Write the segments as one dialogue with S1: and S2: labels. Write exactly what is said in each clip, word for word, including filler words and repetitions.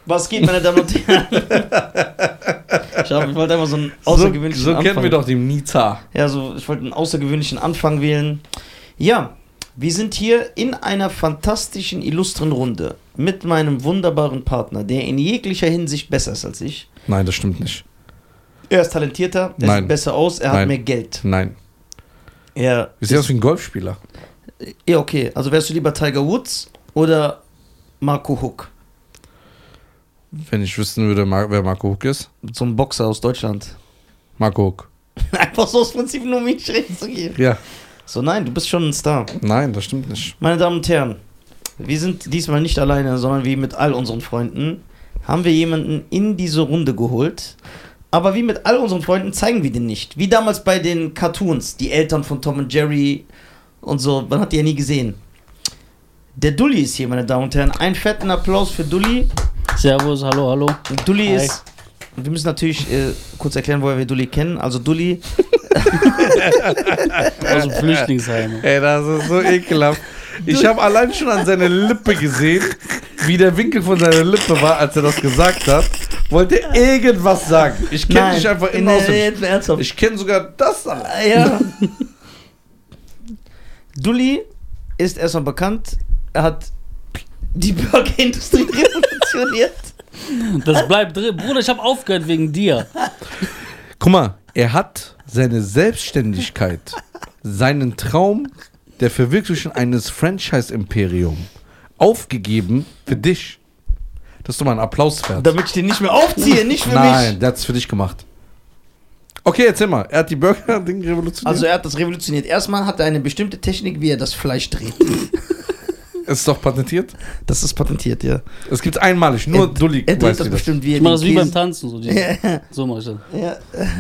S1: Was geht, meine Damen und Herren? Ich, hab, ich wollte einfach so einen außergewöhnlichen
S2: so, so
S1: Anfang.
S2: So kennen wir doch den Nizar.
S1: Ja, so, ich wollte einen außergewöhnlichen Anfang wählen. Ja, wir sind hier in einer fantastischen, illustren Runde mit meinem wunderbaren Partner, der in jeglicher Hinsicht besser ist als ich.
S2: Nein, das stimmt nicht.
S1: Er ist talentierter, er
S2: Nein.
S1: sieht besser aus, er
S2: Nein.
S1: hat mehr Geld.
S2: Nein.
S1: Er
S2: Du siehst aus wie ein Golfspieler.
S1: Ja, okay. Also wärst du lieber Tiger Woods oder Marco Huck?
S2: Wenn ich wissen würde, wer Marco Huck ist.
S1: So ein Boxer aus Deutschland.
S2: Marco Huck.
S1: Einfach so aus Prinzip nur um mich reden zu gehen.
S2: Ja.
S1: So, nein, du bist schon ein Star.
S2: Nein, das stimmt nicht.
S1: Meine Damen und Herren, wir sind diesmal nicht alleine, sondern wie mit all unseren Freunden haben wir jemanden in diese Runde geholt. Aber wie mit all unseren Freunden zeigen wir den nicht. Wie damals bei den Cartoons, die Eltern von Tom und Jerry und so, man hat die ja nie gesehen. Der Dulli ist hier, meine Damen und Herren. Einen fetten Applaus für Dulli.
S3: Servus, hallo, hallo.
S1: Dulli
S3: Hi.
S1: ist, wir müssen natürlich äh, kurz erklären, woher wir Dulli kennen. Also Dulli...
S3: Aus dem Flüchtlingsheim.
S2: Ey, das ist so ekelhaft. Ich habe allein schon an seine Lippe gesehen, wie der Winkel von seiner Lippe war, als er das gesagt hat. Wollte er irgendwas sagen. Ich kenne dich einfach in
S1: in
S2: Ausland. Ich kenne sogar das.
S1: Ja. Dulli ist erstmal bekannt. Er hat die Burgerindustrie revolutioniert.
S3: Das bleibt drin. Bruder, ich habe aufgehört wegen dir.
S2: Guck mal, er hat seine Selbstständigkeit, seinen Traum der Verwirklichung eines Franchise-Imperiums aufgegeben für dich. Das ist doch mal ein Applaus wert.
S1: Damit ich den nicht mehr aufziehe, nicht für
S2: Nein,
S1: mich.
S2: der hat es für dich gemacht. Okay, erzähl mal. Er hat die Burger-Ding revolutioniert.
S1: Also er hat das revolutioniert. Erstmal hat er eine bestimmte Technik, wie er das Fleisch dreht.
S2: Es ist doch patentiert.
S1: Das ist patentiert, ja.
S2: Es gibt's einmalig. Nur
S1: er,
S2: Dulli
S1: Er dreht
S2: weiß
S1: das
S2: wie das.
S1: bestimmt, wie er
S3: Ich mache das
S1: den
S3: wie beim
S1: Käse-
S3: Tanzen. So, die,
S1: Ja.
S3: so mache ich das.
S1: Ja.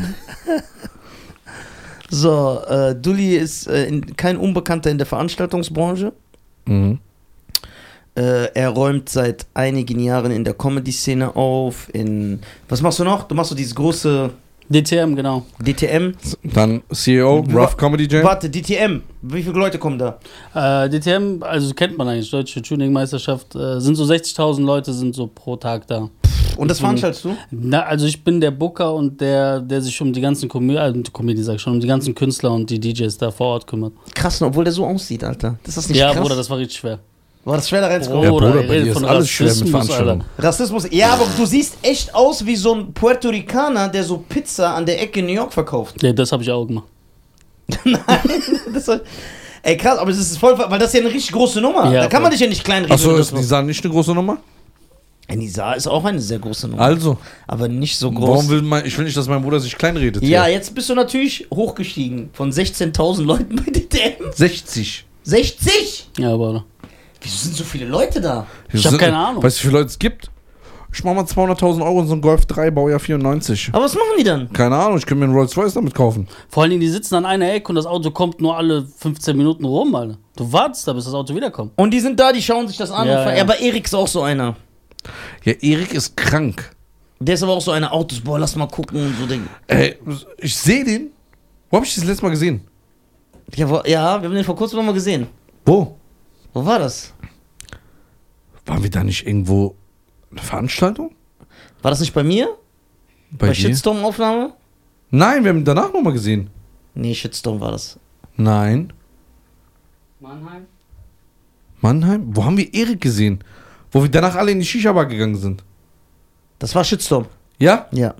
S1: So, äh, Dulli ist äh, in, kein Unbekannter in der Veranstaltungsbranche.
S2: Mhm.
S1: Äh, er räumt seit einigen Jahren in der Comedy-Szene auf. In was machst du noch? Du machst so dieses große
S3: D T M, genau.
S1: D T M.
S2: Dann C E O, Rough Comedy Jam.
S1: Warte, D T M. Wie viele Leute kommen da?
S3: Äh, D T M, also kennt man eigentlich, Deutsche Tuning-Meisterschaft, äh, sind so sechzigtausend Leute sind so pro Tag da.
S1: Und das veranstaltest du?
S3: Na, also ich bin der Booker und der, der sich um die ganzen Comedy, äh, Comedy sag ich schon, um die ganzen Künstler und die D Js da vor Ort kümmert.
S1: Krass, obwohl der so aussieht, Alter. Das ist nicht
S3: Ja,
S1: krass.
S3: Bruder, das war richtig schwer.
S1: War das schwer da reinzukommen?
S2: Ja,
S3: Bruder,
S2: Bruder,
S3: ihr
S2: bei
S3: redet
S2: dir ist
S3: von
S2: alles schwer mit
S3: Rassismus,
S2: Veranstaltungen.
S1: Rassismus. Ja, aber du siehst echt aus wie so ein Puerto Ricaner, der so Pizza an der Ecke in New York verkauft.
S3: Ja, das habe ich auch gemacht.
S1: Nein, das soll, ey krass, aber das ist voll, weil das ist ja eine richtig große Nummer.
S3: Ja,
S1: da kann
S3: voll.
S1: man dich ja nicht kleinreden.
S2: Achso,
S1: wenn du
S2: ist
S1: das
S2: Nisa nicht eine große Nummer?
S1: machst. Nisa ist auch eine sehr große Nummer.
S2: Also,
S1: Aber nicht so groß.
S2: warum will man, ich will nicht, dass mein Bruder sich kleinredet.
S1: Ja,
S2: hier.
S1: jetzt bist du natürlich hochgestiegen. Von sechzehntausend Leuten bei D T M.
S2: sechzig.
S1: sechzig?
S3: Ja, Bruder.
S1: Wieso sind so viele Leute da?
S3: Ich hab keine Ahnung.
S2: Weißt du, wie viele Leute es gibt? Ich mach mal zweihunderttausend Euro in so einen Golf drei, Baujahr vierundneunzig.
S1: Aber was machen die dann?
S2: Keine Ahnung, ich könnte mir einen Rolls Royce damit kaufen.
S3: Vor allen Dingen, die sitzen an einer Ecke und das Auto kommt nur alle fünfzehn Minuten rum, Alter. Du wartest da, bis das Auto wiederkommt.
S1: Und die sind da, die schauen sich das an.
S3: Ja,
S1: und ver-
S3: ja.
S1: Aber Erik ist auch so einer.
S2: Ja, Erik ist krank.
S1: Der ist aber auch so einer Autos, boah, lass mal gucken und so Ding.
S2: Ey, ich sehe den. Wo habe ich das letzte Mal gesehen?
S1: Ja, wo, ja, wir haben den vor kurzem noch mal gesehen.
S2: Wo?
S1: Wo war das?
S2: Waren wir da nicht irgendwo eine Veranstaltung?
S1: War das nicht bei mir?
S2: Bei,
S1: Bei
S2: dir?
S1: Shitstorm-Aufnahme?
S2: Nein, wir haben ihn danach nochmal gesehen.
S1: Nee, Shitstorm war das.
S2: Nein.
S3: Mannheim?
S2: Mannheim? Wo haben wir Erik gesehen? Wo wir danach alle in die Shisha-Bar gegangen sind.
S1: Das war Shitstorm.
S2: Ja?
S1: Ja.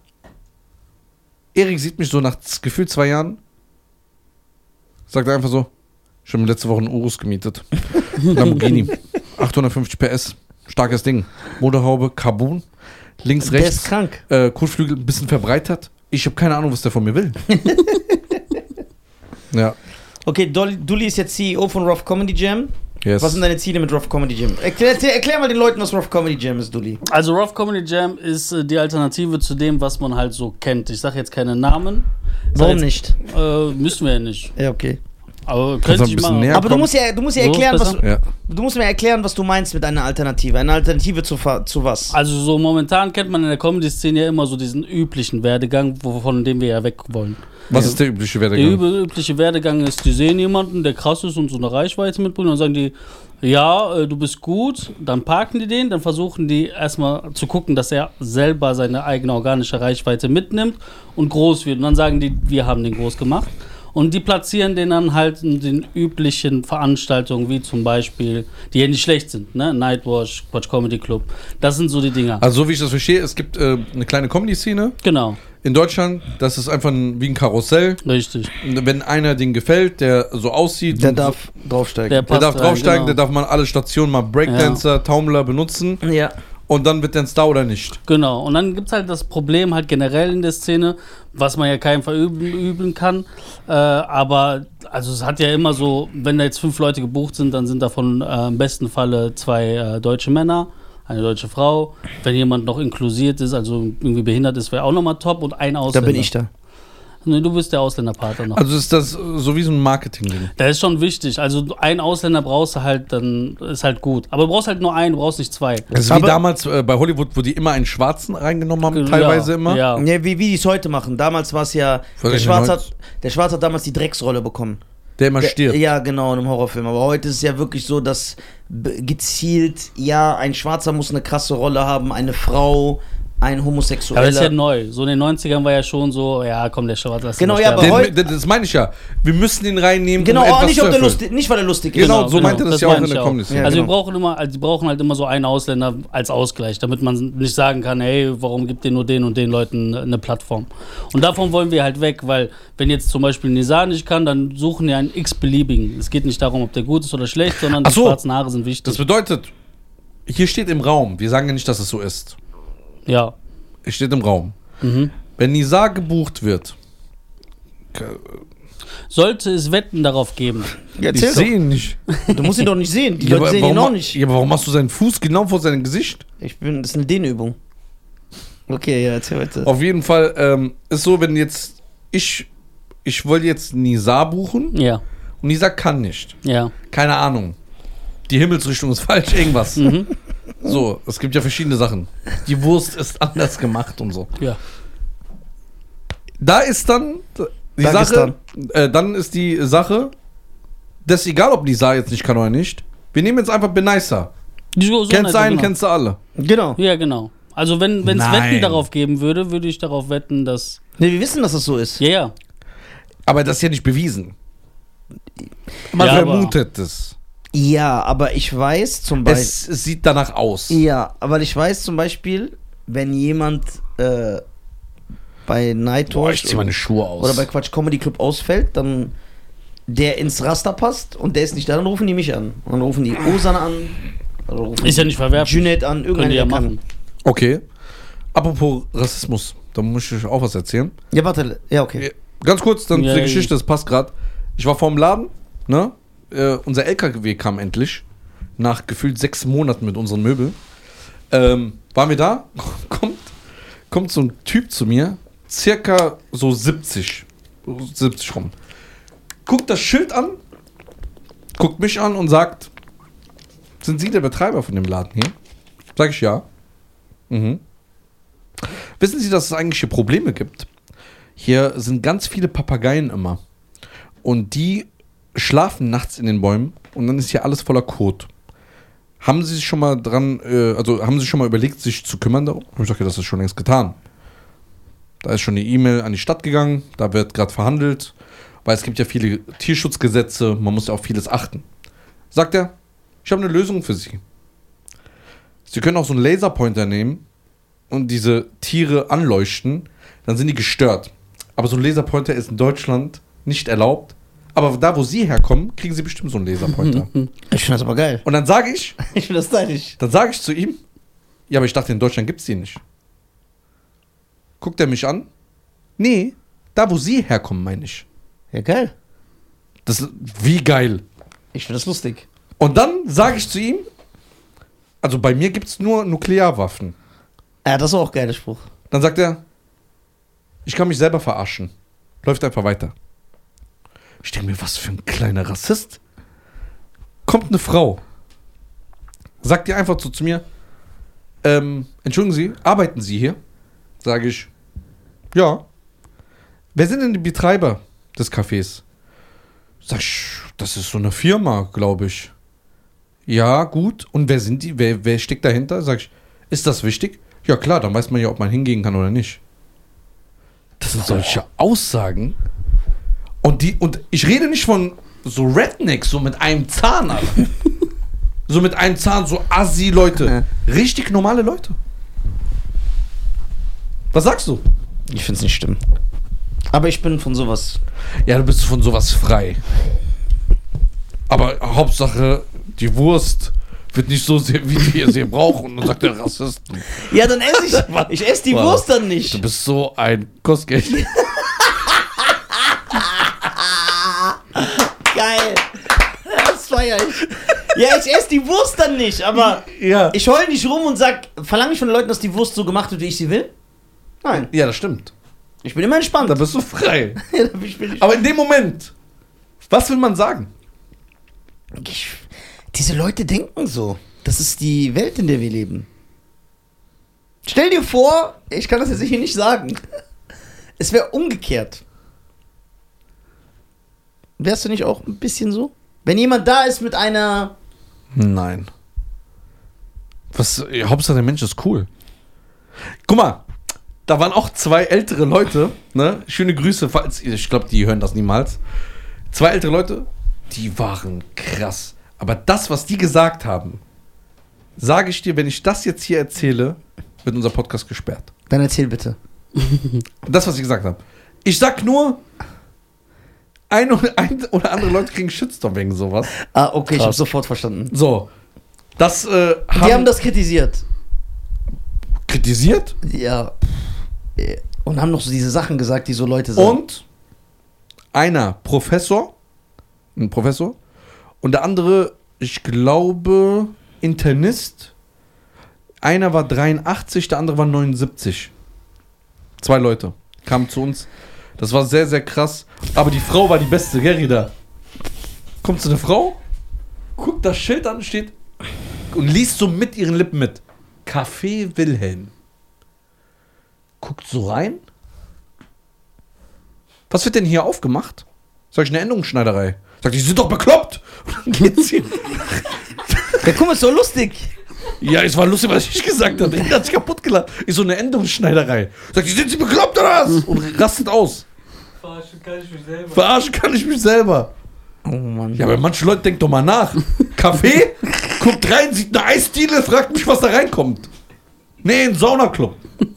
S2: Erik sieht mich so nach gefühlt zwei Jahren. Sagt er einfach so, ich habe mir letzte Woche einen Urus gemietet. Lamborghini. achthundertfünfzig P S. Starkes Ding. Motorhaube, Carbon. Links,
S1: Der ist
S2: rechts.
S1: krank.
S2: Äh, Kotflügel ein bisschen verbreitert. Ich habe keine Ahnung, was der von mir will. Ja.
S1: Okay, Dolly, Dulli ist jetzt C E O von Rough Comedy Jam.
S2: Yes.
S1: Was sind deine Ziele mit Rough Comedy Jam? Erklär, erklär, erklär mal den Leuten, was Rough Comedy Jam ist, Dulli.
S3: Also Rough Comedy Jam ist äh, die Alternative zu dem, was man halt so kennt. Ich sage jetzt keine Namen. Sag
S1: Warum
S3: jetzt,
S1: nicht?
S3: Äh, müssen wir ja nicht.
S1: Ja, okay.
S3: Aber
S2: Kannst du
S3: könnte
S2: ein
S3: ich
S2: bisschen
S3: mal.
S2: näher
S1: Aber du
S2: kommen?
S1: musst ja, du musst ja
S3: So ist
S1: erklären, was
S3: besser?
S1: du,
S2: Ja.
S1: du musst mir erklären, was du meinst mit einer Alternative. Eine Alternative zu, fa- zu was?
S3: Also so momentan kennt man in der Comedy-Szene ja immer so diesen üblichen Werdegang, von dem wir ja weg wollen.
S2: Was ist der übliche
S3: Der
S2: Werdegang?
S3: üb- übliche Werdegang ist, die sehen jemanden, der krass ist und so eine Reichweite mitbringt und dann sagen die, ja, äh, du bist gut, dann parken die den, dann versuchen die erstmal zu gucken, dass er selber seine eigene organische Reichweite mitnimmt und groß wird. Und dann sagen die, wir haben den groß gemacht. Und die platzieren den dann halt in den üblichen Veranstaltungen, wie zum Beispiel, die ja nicht schlecht sind, ne? Nightwatch, Quatsch Comedy Club. Das sind so die Dinger.
S2: Also so wie ich das verstehe, es gibt äh, eine kleine Comedy-Szene
S3: Genau,
S2: in Deutschland, das ist einfach ein, wie ein Karussell.
S3: richtig.
S2: Wenn einer den gefällt, der so aussieht,
S1: Der
S2: und
S1: darf draufsteigen.
S3: Der
S2: der darf
S3: passt rein,
S2: draufsteigen,
S3: genau.
S2: der darf mal alle Stationen mal Breakdancer, Taumler benutzen
S1: ja.
S2: und dann wird der ein Star oder nicht.
S3: Genau, und dann gibt es halt das Problem halt generell in der Szene, was man ja keinem verüben üben kann, äh, aber also es hat ja immer so, wenn da jetzt fünf Leute gebucht sind, dann sind davon äh, im besten Falle zwei äh, deutsche Männer, eine deutsche Frau, wenn jemand noch inklusiert ist, also irgendwie behindert ist, wäre auch nochmal top und ein
S1: Da
S3: Ausländer.
S1: bin ich da.
S3: Nee, du bist der Ausländerpater noch.
S2: Also ist das so wie so ein Marketing-Ding.
S3: Das ist schon wichtig, also ein Ausländer brauchst du halt, dann ist halt gut, aber du brauchst halt nur einen, du brauchst nicht zwei.
S2: Das ist wie
S1: Aber-
S2: damals äh, bei Hollywood, wo die immer einen Schwarzen reingenommen haben, teilweise
S3: ja,
S2: immer.
S3: Ja.
S1: Ja, wie, wie die es heute machen. Damals war es ja,
S2: Weiß
S1: der
S2: ich
S1: Schwarze,
S2: nicht.
S1: hat, der Schwarze hat damals die Drecksrolle bekommen.
S2: Der immer
S1: Der,
S2: stirbt.
S1: ja, genau, in einem Horrorfilm. Aber heute ist es ja wirklich so, dass b- gezielt, ja, ein Schwarzer muss eine krasse Rolle haben, eine Frau, ein
S3: Aber
S1: Homosexueller.
S3: das ist ja neu. So in den neunzigern war ja schon so, ja, komm, der Schwarze, lass ihn
S1: Genau,
S3: mal
S1: ja,
S3: sterben.
S1: aber
S2: Den,
S1: heute-
S2: das meine ich ja. Wir müssen ihn reinnehmen,
S1: Genau,
S2: um
S1: aber
S2: etwas
S1: nicht,
S2: zu
S1: ob der
S2: erfüllen.
S1: lustig, nicht weil er lustig ist.
S2: Genau, so meinte das ja auch
S3: meine
S2: in der
S3: ich
S2: Comedy.
S1: Ja,
S3: also
S1: genau.
S3: die brauchen immer, also die brauchen halt immer so einen Ausländer als Ausgleich, damit man nicht sagen kann, hey, warum gibt ihr nur den und den Leuten eine Plattform? Und davon wollen wir halt weg, weil wenn jetzt zum Beispiel Nizar nicht kann, dann suchen die einen x-beliebigen. Es geht nicht darum, ob der gut ist oder schlecht, sondern
S2: Ach
S3: die
S2: so.
S3: schwarzen Haare sind wichtig.
S2: Das bedeutet, hier steht im Raum, wir sagen ja nicht, dass es so ist.
S3: Ja.
S2: Es steht im Raum.
S3: Mhm.
S2: Wenn Nizar gebucht wird,
S3: Sollte es Wetten darauf geben?
S1: Ja,
S2: ich
S1: erzähl
S2: sehe ihn nicht.
S1: doch. Du musst ihn doch nicht sehen. Die
S2: Ja,
S1: Leute
S2: aber
S1: sehen
S2: warum,
S1: ihn auch nicht.
S2: Ja, aber warum machst du seinen Fuß genau vor seinem Gesicht?
S1: Ich bin, das ist eine Dehnübung. Okay, ja, erzähl weiter.
S2: Auf jeden Fall ähm, ist so, wenn jetzt ich ich wollte jetzt Nizar buchen
S3: Ja,
S2: und Nizar kann nicht.
S3: ja.
S2: Keine Ahnung. Die Himmelsrichtung ist falsch, irgendwas.
S3: Mhm.
S2: So, es gibt ja verschiedene Sachen. Die Wurst ist anders gemacht und so.
S3: Ja.
S2: Da ist dann die
S1: Dagestan.
S2: Sache, äh, dann ist die Sache, das ist egal, ob Nizar jetzt nicht kann oder nicht. Wir nehmen jetzt einfach Benaisa.
S3: So, so
S2: Kennst du einen,
S3: genau.
S2: kennst du alle.
S1: Genau.
S3: Ja, genau. Also wenn es
S2: Nein.
S3: Wetten darauf geben würde, würde ich darauf wetten, dass...
S1: Ne, wir wissen, dass das so ist.
S3: Ja, ja.
S2: Aber das ist ja nicht bewiesen. Man
S3: Ja, aber-
S2: vermutet es.
S1: Ja, aber ich weiß zum Beispiel.
S2: Es, es sieht danach aus.
S1: Ja, aber ich weiß zum Beispiel, wenn jemand äh, bei Nightwatch
S2: Boah, ich zieh meine Schuhe aus.
S1: oder bei Quatsch Comedy Club ausfällt, dann der ins Raster passt und der ist nicht da, dann rufen die mich an. Und dann rufen die Osan an. Oder rufen
S3: Ist ja nicht verwerflich.
S1: Junet an,
S3: Können
S1: irgendeiner
S3: die ja
S1: der kann.
S3: machen.
S2: Okay. Apropos Rassismus, da muss ich euch auch was erzählen.
S1: Ja, warte. Ja, okay.
S2: Ganz kurz, dann
S3: Ja,
S2: zur
S3: ja.
S2: Geschichte, das passt gerade. Ich war vorm Laden, ne? Äh, unser L K W kam endlich. Nach gefühlt sechs Monaten mit unseren Möbeln. Ähm, waren wir da? kommt, kommt so ein Typ zu mir, circa so siebzig. siebzig rum. Guckt das Schild an, guckt mich an und sagt: Sind Sie der Betreiber von dem Laden hier? Sag ich ja. Mhm. Wissen Sie, dass es eigentlich hier Probleme gibt? Hier sind ganz viele Papageien immer. Und die schlafen nachts in den Bäumen und dann ist hier alles voller Kot. Haben Sie sich schon mal dran, äh, also haben Sie schon mal überlegt, sich zu kümmern darum? Hab ich gesagt, ja, das ist schon längst getan. Da ist schon eine E-Mail an die Stadt gegangen, da wird gerade verhandelt, weil es gibt ja viele Tierschutzgesetze, man muss ja auf vieles achten. Sagt er, ich habe eine Lösung für Sie. Sie können auch so einen Laserpointer nehmen und diese Tiere anleuchten, dann sind die gestört. Aber so ein Laserpointer ist in Deutschland nicht erlaubt. Aber da, wo Sie herkommen, kriegen Sie bestimmt so einen Laserpointer.
S1: Ich finde das aber geil.
S2: Und dann sage ich,
S1: Ich finde das stylisch.
S2: dann sage ich zu ihm, ja, aber ich dachte, in Deutschland gibt es die nicht. Guckt er mich an? Nee, da, wo Sie herkommen, meine ich.
S1: Ja, geil.
S2: Das, wie geil.
S1: Ich finde das lustig.
S2: Und dann sage ich zu ihm, also bei mir gibt es nur Nuklearwaffen.
S1: Ja, das ist auch ein geiler Spruch.
S2: Dann sagt er, ich kann mich selber verarschen. Läuft einfach weiter. Ich denke mir, was für ein kleiner Rassist. Kommt eine Frau. Sagt ihr einfach so zu mir, ähm, entschuldigen Sie, arbeiten Sie hier? Sage ich, ja. Wer sind denn die Betreiber des Cafés? Sag ich, das ist so eine Firma, glaube ich. Ja, gut. Und wer sind die? Wer, wer steckt dahinter? Sag ich, ist das wichtig? Ja klar, dann weiß man ja, ob man hingehen kann oder nicht. Das sind solche Aussagen. Und die, und ich rede nicht von so Rednecks, so mit einem Zahn, Alter. So mit einem Zahn, so Assi-Leute. Richtig normale Leute. Was sagst du?
S1: Ich find's nicht schlimm. Aber ich bin von sowas.
S2: Ja, du bist von sowas frei. Aber Hauptsache, die Wurst wird nicht so sehr, wie wir sie brauchen. Und dann sagt der Rassisten.
S1: Ja, dann esse ich. Ich esse die Wurst dann nicht.
S2: Du bist so ein Kostgeld.
S1: Geil. Das feier ich. Ja, ich esse die Wurst dann nicht, aber
S2: Ja.
S1: ich heul nicht rum und sag, verlange ich von den Leuten, dass die Wurst so gemacht wird, wie ich sie will? Nein.
S2: Ja, das stimmt.
S1: Ich bin immer entspannt.
S2: Da bist du frei.
S1: Ja, da bin ich- bin ich-
S2: Aber in dem Moment, was will man sagen?
S1: ich, diese Leute denken so. Das ist die Welt, in der wir leben. Stell dir vor, ich kann das jetzt hier nicht sagen. Es wäre umgekehrt. Wärst du nicht auch ein bisschen so? Wenn jemand da ist mit einer...
S2: Nein. Was, ja, Hauptsache der Mensch ist cool. Guck mal, da waren auch zwei ältere Leute, ne? Schöne Grüße, falls, ich glaube, die hören das niemals. Zwei ältere Leute, die waren krass. Aber das, was die gesagt haben, sage ich dir, wenn ich das jetzt hier erzähle, wird unser Podcast gesperrt.
S1: Dann erzähl bitte.
S2: Das, was ich gesagt habe. Ich sag nur, ein oder, ein oder andere Leute kriegen Shitstorm wegen sowas.
S1: Ah, okay, ich
S3: Krass.
S1: habe sofort verstanden.
S2: So, das äh, haben,
S1: Die haben das kritisiert.
S2: kritisiert.
S1: Ja. Und haben noch so diese Sachen gesagt, die so Leute sagen.
S2: Und einer Professor, ein Professor, und der andere, ich glaube, Internist. Einer war dreiundachtzig, der andere war neunundsiebzig. Zwei Leute kamen zu uns. Das war sehr, sehr krass. Aber die Frau war die beste, gell, Rida? Kommt so eine Frau, guckt das Schild an, steht und liest so mit ihren Lippen mit. Café Wilhelm. Guckt so rein. Was wird denn hier aufgemacht? Sag ich, eine Änderungsschneiderei. Sagt, die sind doch bekloppt. Und dann geht sie.
S1: Ja, guck mal, ist so lustig.
S2: Ja, es war lustig, was ich gesagt habe. Ich hat sich kaputt gelacht. Ist so eine Änderungsschneiderei. Sagt, die sind sie bekloppt oder was? Und rastet aus.
S3: Verarschen kann ich mich selber.
S2: Verarschen kann ich mich selber.
S1: Oh Mann.
S2: Ja, aber manche Leute denken doch mal nach. Kaffee, guckt rein, sieht eine Eisdiele, fragt mich, was da reinkommt. Nee, ein Saunaclub.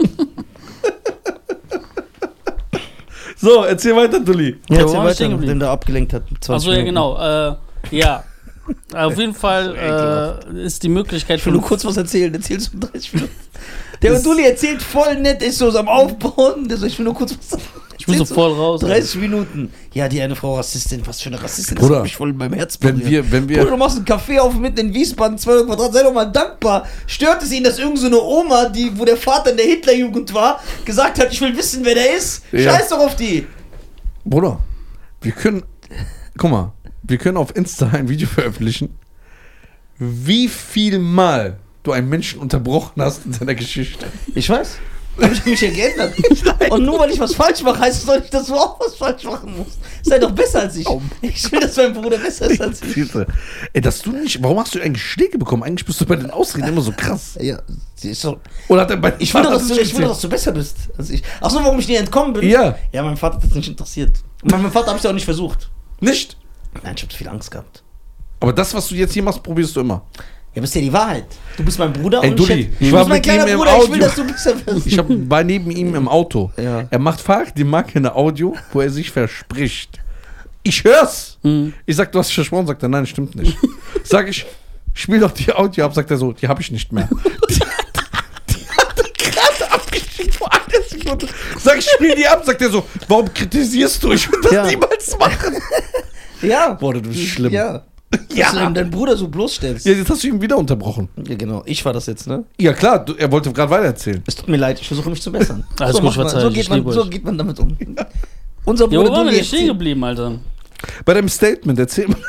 S2: So, erzähl weiter, Dulli.
S1: Ja,
S3: Ja,
S1: erzähl
S3: wo war ich stehen
S1: weiter,
S3: geblieben?
S1: den da abgelenkt hat. zwanzig
S3: Achso, ja,
S1: Minuten.
S3: genau. Äh, ja. Auf jeden Fall äh, ist die Möglichkeit
S1: Ich will nur kurz was erzählen, erzählst du dreißig Minuten. Der Dulli erzählt voll nett, ist so am Aufbauen. Der so, ich will nur kurz was sagen.
S3: Ich muss so voll raus.
S1: dreißig Minuten. Ja, die eine Frau Rassistin, was für eine Rassistin, das
S2: Bruder,
S1: hat mich voll in meinem Herz
S2: Wenn
S1: berührt.
S2: wir, wenn
S1: Bruder,
S2: wir,
S1: du machst einen Café auf mitten in Wiesbaden, zweihundert Quadrat, sei doch mal dankbar. Stört es ihn, dass irgend so eine Oma, die, wo der Vater in der Hitlerjugend war, gesagt hat, ich will wissen, wer der ist?
S2: Ja.
S1: Scheiß doch auf die.
S2: Bruder, wir können, guck mal, wir können auf Insta ein Video veröffentlichen, wie viel Mal du einen Menschen unterbrochen hast in seiner Geschichte.
S1: Ich weiß. Hab ich mich ja geändert. Und nur weil ich was falsch mache, heißt es doch nicht, dass du auch was falsch machen musst. Sei doch besser als ich. Ich will, dass mein Bruder besser ist als ich.
S2: Siehste. Ey, dass du nicht, warum hast du eigentlich Schläge bekommen? Eigentlich bist du bei den Ausreden immer so krass.
S1: Ja, sie ist doch.
S2: Oder hat er bei
S1: Ich will, doch,
S2: Vater
S1: dass du,
S2: das
S1: ich will doch, dass du besser bist als ich. Achso, warum ich nie entkommen bin?
S2: Ja.
S1: Ja, mein Vater hat das nicht interessiert. Und bei meinem Vater habe ich es auch nicht versucht.
S2: Nicht?
S1: Nein, ich habe viel Angst gehabt.
S2: Aber das, was du jetzt hier machst, probierst du immer.
S1: Ja, aber ist ja die Wahrheit. Du bist mein Bruder
S2: Ey,
S1: und
S2: Dulli,
S1: ich, hätte-
S2: ich
S1: du
S2: war
S1: bist mein
S2: mit ihm
S1: kleiner
S2: im
S1: Bruder, ich will,
S2: Audio.
S1: dass du besser wirst.
S2: Ich hab, war neben ihm im Auto.
S1: Ja.
S2: Er macht Farid die Marke eine Audio, wo er sich verspricht. Ich hör's.
S3: Mhm.
S2: Ich sag, du hast dich versprochen. Sagt er, nein, stimmt nicht. Sag ich, spiel doch die Audio ab. Sagt er so, die habe ich nicht mehr. Die hat, die hat er gerade abgeschickt vor einer Sekunde. Sag ich, spiel die ab. Sagt er so, warum kritisierst du? Ich würde das
S1: Ja.
S2: niemals machen.
S1: Ja.
S2: Boah, du bist schlimm.
S1: Ja.
S2: Ja.
S1: Dass du deinen Bruder so bloßstellst.
S2: Ja, jetzt hast du ihn wieder unterbrochen.
S1: Ja, genau. Ich war das jetzt, ne?
S2: Ja, klar, du, er wollte gerade weitererzählen.
S1: Es tut mir leid, ich versuche mich zu bessern.
S3: Alles
S1: so,
S3: gut,
S1: macht man,
S3: verzeih
S1: so,
S3: ich,
S1: geht
S3: ich
S1: man,
S3: liebe
S1: so
S3: euch.
S1: geht man damit um. Unser
S3: Ja, wo
S1: Bruder
S3: waren wir
S1: Dulli
S3: denn stehen
S1: erzählt-
S3: geblieben, Alter?
S2: Bei deinem Statement, erzähl mal.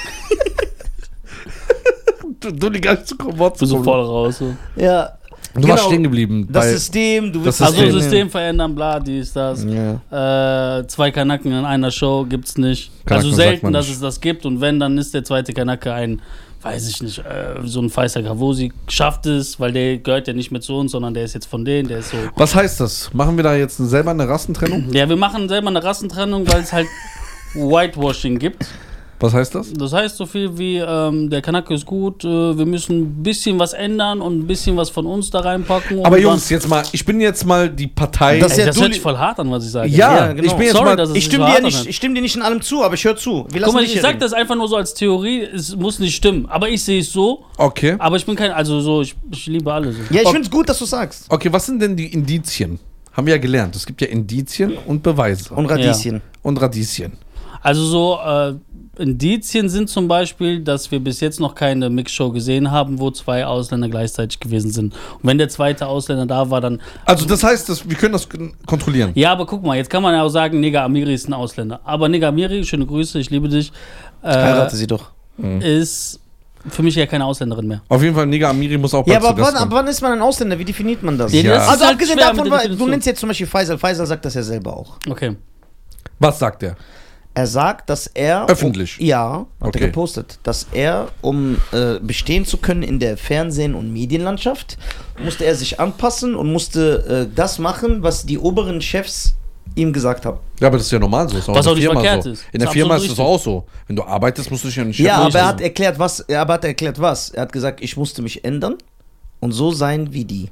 S2: du, du die gar nicht zu kommen, Wort
S3: Ich bin
S2: zu
S3: so voll raus. So.
S1: Ja.
S2: Du
S1: Genau.
S2: warst stehen geblieben.
S1: Das
S2: bei-
S1: System, du
S2: Das
S1: willst
S3: Also
S2: System.
S3: System verändern, bla, dies, das.
S1: Ja.
S3: Äh, zwei Kanaken in einer Show gibt's nicht.
S2: Kanaken
S3: also
S2: sagt
S3: selten,
S2: man
S3: dass
S2: nicht.
S3: es das gibt. Und wenn, dann ist der zweite Kanake ein weiß ich nicht, äh, so ein Faisal Gravouzi schafft es, weil der gehört ja nicht mehr zu uns, sondern der ist jetzt von denen, der ist so.
S2: Was heißt das? Machen wir da jetzt selber eine Rassentrennung?
S3: Ja, wir machen selber eine Rassentrennung, weil es halt Whitewashing gibt.
S2: Was heißt das?
S3: Das heißt so viel wie, ähm, der Kanake ist gut, äh, wir müssen ein bisschen was ändern und ein bisschen was von uns da reinpacken.
S2: Aber
S3: und
S2: Jungs, jetzt mal, ich bin jetzt mal die Partei.
S1: Das
S3: Ey,
S1: ja
S3: das
S1: du
S3: hört
S1: li-
S3: sich voll hart an, was ich sage.
S2: ja,
S1: Ja, genau.
S2: ich bin jetzt
S3: Sorry,
S2: mal.
S3: dass es
S1: Ich
S3: sich
S1: stimme,
S3: so
S1: dir
S3: hart
S1: nicht,
S3: anhört.
S1: ich stimme dir nicht in allem zu, aber ich höre zu. Wir lassen
S3: Guck mal,
S1: dich
S3: ich
S1: hier
S3: sag
S1: reden.
S3: das einfach nur so als Theorie, es muss nicht stimmen. Aber ich sehe es so,
S2: Okay.
S3: aber ich bin kein, also so, ich, ich liebe alle so.
S1: Ja, ich
S2: Okay.
S1: finde es gut, dass du sagst.
S2: Okay, was sind denn die Indizien? Haben wir ja gelernt. Es gibt ja Indizien und Beweise.
S1: Und Radieschen.
S2: Und Radieschen.
S3: Also so äh, Indizien sind zum Beispiel, dass wir bis jetzt noch keine Mixshow gesehen haben, wo zwei Ausländer gleichzeitig gewesen sind. Und wenn der zweite Ausländer da war, dann...
S2: Also das heißt, dass wir können das k- kontrollieren.
S3: Ja, aber guck mal, jetzt kann man ja auch sagen, Nigga Amiri ist ein Ausländer. Aber Nigga Amiri, schöne Grüße, ich liebe dich,
S1: Heirate
S3: äh,
S1: sie doch.
S3: ist für mich ja keine Ausländerin mehr.
S2: Auf jeden Fall, Nigga Amiri muss auch
S1: Ja,
S2: bald
S1: aber
S2: zu Gast
S1: wann, ab
S2: kommen.
S1: wann ist man ein Ausländer? Wie definiert man das?
S3: Ja,
S2: Ja.
S3: das ist
S1: Also
S3: halt
S1: abgesehen
S3: schwer
S1: davon,
S3: mit der
S1: weil du
S3: Definition.
S1: nennst jetzt zum Beispiel Faisal. Faisal sagt das ja selber auch.
S3: Okay.
S2: Was sagt er?
S1: Er sagt, dass er...
S2: Öffentlich?
S1: Um, ja, hat
S2: Okay.
S1: er gepostet. Dass er, um äh, bestehen zu können in der Fernsehen- und Medienlandschaft, musste er sich anpassen und musste äh, das machen, was die oberen Chefs ihm gesagt haben.
S2: Ja, aber das ist ja normal so. Ist
S3: Was
S2: in
S3: auch
S2: der
S3: nicht
S2: Firma
S3: verkehrt
S2: so.
S3: ist.
S2: In der
S3: Ist
S2: Firma ist
S3: absolut
S2: es auch so. Wenn du arbeitest, musst du dich ja nicht
S1: Ja,
S2: Chef
S1: aber er hat
S2: durchsetzen.
S1: erklärt, was. Er hat erklärt, was. Er hat gesagt, ich musste mich ändern und so sein wie die.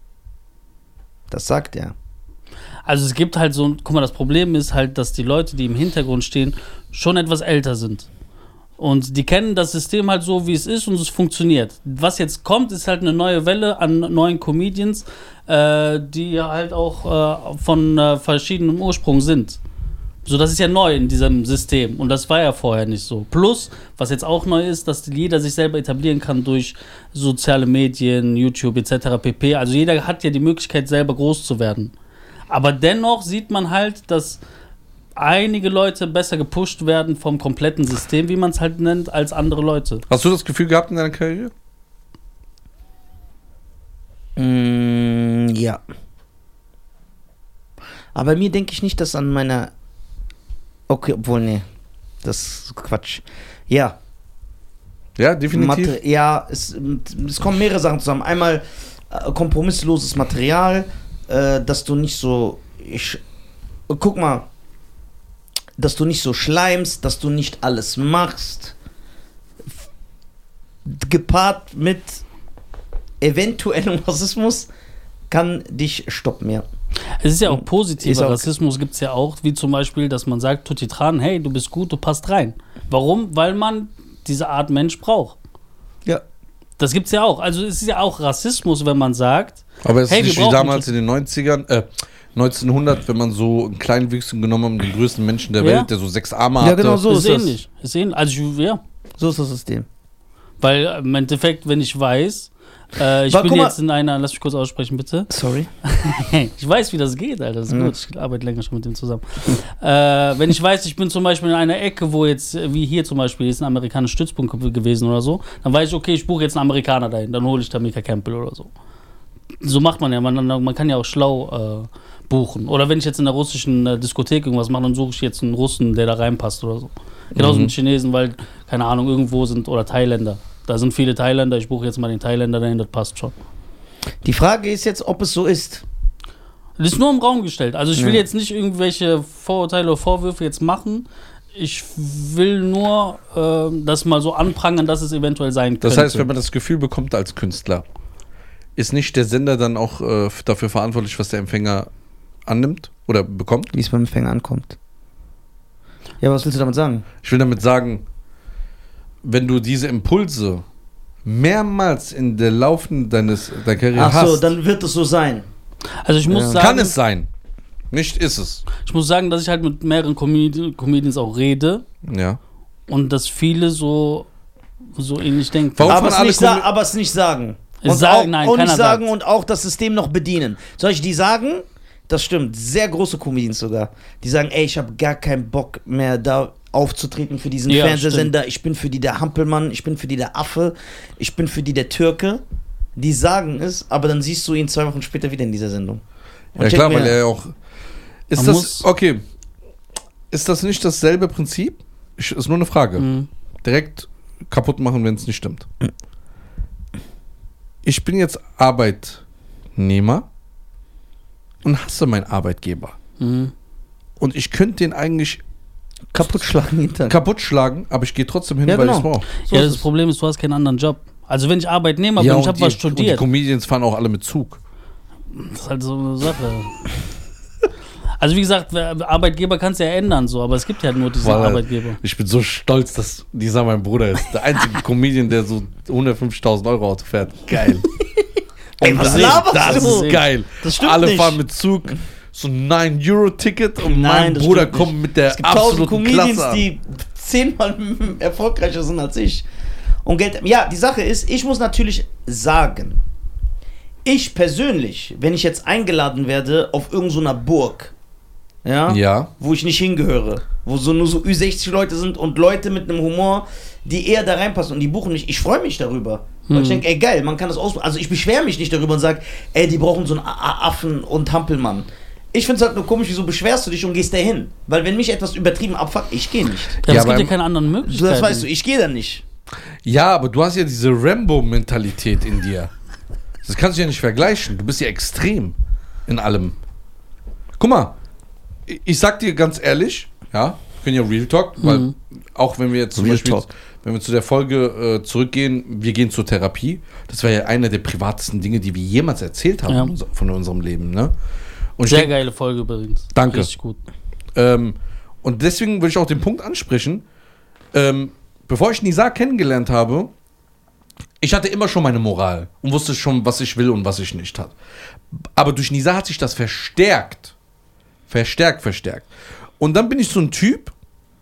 S1: Das sagt er.
S3: Also es gibt halt so, ein- guck mal, das Problem ist halt, dass die Leute, die im Hintergrund stehen, schon etwas älter sind. Und die kennen das System halt so, wie es ist und es funktioniert. Was jetzt kommt, ist halt eine neue Welle an neuen Comedians, äh, die halt auch äh, von äh, verschiedenem Ursprung sind. So, das ist ja neu in diesem System und das war ja vorher nicht so. Plus, was jetzt auch neu ist, dass jeder sich selber etablieren kann durch soziale Medien, YouTube et cetera pp. Also jeder hat ja die Möglichkeit, selber groß zu werden. Aber dennoch sieht man halt, dass einige Leute besser gepusht werden vom kompletten System, wie man es halt nennt, als andere Leute.
S2: Hast du das Gefühl gehabt in deiner Karriere?
S1: Mm, ja. Aber bei mir denke ich nicht, dass an meiner. Okay, obwohl, nee. Das ist Quatsch. Ja.
S2: Ja, definitiv.
S1: Mater ja, es, es kommen mehrere Sachen zusammen. Einmal äh, kompromissloses Material, äh, dass du nicht so. Ich, guck mal. Dass du nicht so schleimst, dass du nicht alles machst. F- Gepaart mit eventuellem Rassismus kann dich stoppen, ja.
S3: Es ist ja auch
S1: Ist
S3: positiver
S1: auch-
S3: Rassismus, gibt es ja auch, wie zum Beispiel, dass man sagt, Tutti Tran, hey, du bist gut, du passt rein. Warum? Weil man diese Art Mensch braucht.
S1: Ja.
S3: Das gibt es ja auch. Also es ist ja auch Rassismus, wenn man sagt,
S2: Aber es ist
S3: Hey, wir
S2: nicht wie
S3: brauchen
S2: damals in den neunzigern, äh, neunzehnhundert, wenn man so einen kleinen Wüchsen genommen hat, den größten Menschen der
S3: Ja.
S2: Welt, der so sechs Arme
S1: Ja,
S2: hatte.
S1: genau so.
S3: ist
S1: ist das.
S3: ähnlich. Ist ähnlich. Also ich, ja.
S1: So ist das System.
S3: Weil äh, im Endeffekt, wenn ich weiß, äh, ich
S1: Aber
S3: bin
S1: guck mal-
S3: jetzt in einer, lass mich kurz aussprechen, bitte.
S1: Sorry.
S3: Ich weiß, wie das geht, Alter. Das ist
S1: Mhm.
S3: gut. Ich arbeite länger schon mit dem zusammen. äh, wenn ich weiß, ich bin zum Beispiel in einer Ecke, wo jetzt, äh, wie hier zum Beispiel, ist ein amerikanischer Stützpunkt ge- gewesen oder so, dann weiß ich, okay, ich buche jetzt einen Amerikaner dahin, dann hole ich da Mika Campbell oder so. So macht man ja. Man, man kann ja auch schlau äh, buchen. Oder wenn ich jetzt in der russischen äh, Diskothek irgendwas mache, dann suche ich jetzt einen Russen, der da reinpasst oder so. Genauso
S2: Mhm.
S3: mit Chinesen, weil, keine Ahnung, irgendwo sind, oder Thailänder. Da sind viele Thailänder, ich buche jetzt mal den Thailänder dahin, das passt schon.
S1: Die Frage ist jetzt, ob es so ist.
S3: Das ist nur im Raum gestellt. Also ich will
S1: Ja.
S3: jetzt nicht irgendwelche Vorurteile oder Vorwürfe jetzt machen. Ich will nur äh, das mal so anprangern, dass es eventuell sein könnte.
S2: Das heißt, wenn man das Gefühl bekommt als Künstler, ist nicht der Sender dann auch äh, f- dafür verantwortlich, was der Empfänger annimmt oder bekommt?
S1: Wie es beim Empfänger ankommt. Ja, was willst du damit sagen?
S2: Ich will damit sagen, wenn du diese Impulse mehrmals in der Laufen deines deiner Karriere
S1: Ach so,
S2: hast,
S1: dann wird es so sein.
S3: also ich muss
S1: Ja.
S3: sagen,
S2: kann es sein. Nicht ist es.
S3: ich muss sagen, dass ich halt mit mehreren Comedi Comedians auch rede
S2: Ja.
S3: und dass viele so, so ähnlich denken.
S2: Warum
S1: Aber
S2: von
S1: es,
S2: alle
S1: nicht sa
S2: Kommi-
S1: aber es nicht sagen.
S3: Es
S1: Und
S3: sagen,
S1: auch,
S3: nein,
S1: und nicht
S3: keiner
S1: sagen
S3: sagt's.
S1: und auch das System noch bedienen. Soll ich die sagen? Das stimmt. Sehr große Comedians sogar. Die sagen, ey, ich habe gar keinen Bock mehr da aufzutreten für diesen
S3: Ja,
S1: Fernsehsender. Ich bin für die der Hampelmann, ich bin für die der Affe, ich bin für die der Türke. Die sagen es, aber dann siehst du ihn zwei Wochen später wieder in dieser Sendung. Und
S2: Ja
S1: ich
S2: klar,
S1: denk
S2: weil
S1: mir,
S2: er auch. Ist
S3: Man
S2: das
S3: muss-
S2: okay? Ist das nicht dasselbe Prinzip? Ich, ist nur eine Frage.
S3: Mhm.
S2: Direkt kaputt machen, wenn es nicht stimmt. Ich bin jetzt Arbeitnehmer und hasse meinen Arbeitgeber.
S3: Mhm.
S2: Und ich könnte den eigentlich
S1: Kaputt schlagen hinter.
S2: kaputt schlagen, aber ich gehe trotzdem hin,
S1: Ja,
S2: weil
S1: genau.
S2: ich es brauche.
S1: So
S3: Ja,
S1: ist
S3: das
S1: es.
S3: Problem ist, du hast keinen anderen Job. Also wenn ich Arbeitnehmer bin, ich habe
S2: die,
S3: was
S2: und die
S3: studiert.
S2: Comedians fahren auch alle mit Zug.
S3: Das ist halt so eine Sache. Also wie gesagt, Arbeitgeber kannst du ja ändern, so, aber es gibt ja nur diesen
S2: Weil,
S3: Arbeitgeber.
S2: Ich bin so stolz, dass dieser mein Bruder ist. Der einzige Comedian, der so hundertfünfzigtausend Euro Auto fährt. Geil.
S1: Ey, was
S2: das
S1: laberst
S2: das
S1: du?
S2: ist geil.
S1: Das stimmt
S2: Alle
S1: nicht.
S2: fahren mit Zug. So ein neun Euro Ticket und
S1: Nein,
S2: mein
S1: das
S2: Bruder
S1: stimmt
S2: kommt
S1: nicht.
S2: mit der
S1: Es gibt tausend
S2: absoluten
S1: Comedians,
S2: Klasse an.
S1: die zehnmal erfolgreicher sind als ich. Und Geld. Ja, die Sache ist, ich muss natürlich sagen, ich persönlich, wenn ich jetzt eingeladen werde auf irgendeiner Burg, ja,
S2: Ja.
S1: wo ich nicht hingehöre, wo so nur so Ü sechzig Leute sind und Leute mit einem Humor, die eher da reinpassen und die buchen mich, ich freue mich darüber. Weil
S3: Mhm.
S1: ich denke, ey geil, man kann das ausprobieren. Also ich beschwere mich nicht darüber und sage, ey, die brauchen so einen A- A- Affen und Hampelmann. Ich finde es halt nur komisch, wieso beschwerst du dich und gehst da hin? Weil wenn mich etwas übertrieben abfuckt, ich gehe nicht.
S3: Ja,
S2: Ja,
S3: es gibt
S2: aber-
S3: ja keine anderen Möglichkeiten.
S1: Das weißt du, ich gehe da nicht.
S2: Ja, aber du hast ja diese Rambo-Mentalität in dir. Das kannst du ja nicht vergleichen. Du bist ja extrem in allem. Guck mal, ich- ich sag dir ganz ehrlich, ja, wir können ja Real Talk, weil
S3: Mhm.
S2: auch wenn wir jetzt zum
S1: Real
S2: Beispiel,
S1: Talk.
S2: wenn wir zu der Folge äh, zurückgehen, wir gehen zur Therapie. Das war ja eine der privatesten Dinge, die wir jemals erzählt haben
S3: Ja.
S2: von, unser, von unserem Leben, ne? Und ich
S3: Sehr
S2: denk-
S3: geile Folge übrigens.
S2: Danke.
S3: Richtig gut.
S2: Ähm, und deswegen will ich auch den Punkt ansprechen. Ähm, bevor ich Nisa kennengelernt habe, ich hatte immer schon meine Moral und wusste schon, was ich will und was ich nicht hat. Aber durch Nisa hat sich das verstärkt. Verstärkt, verstärkt. Und dann bin ich so ein Typ,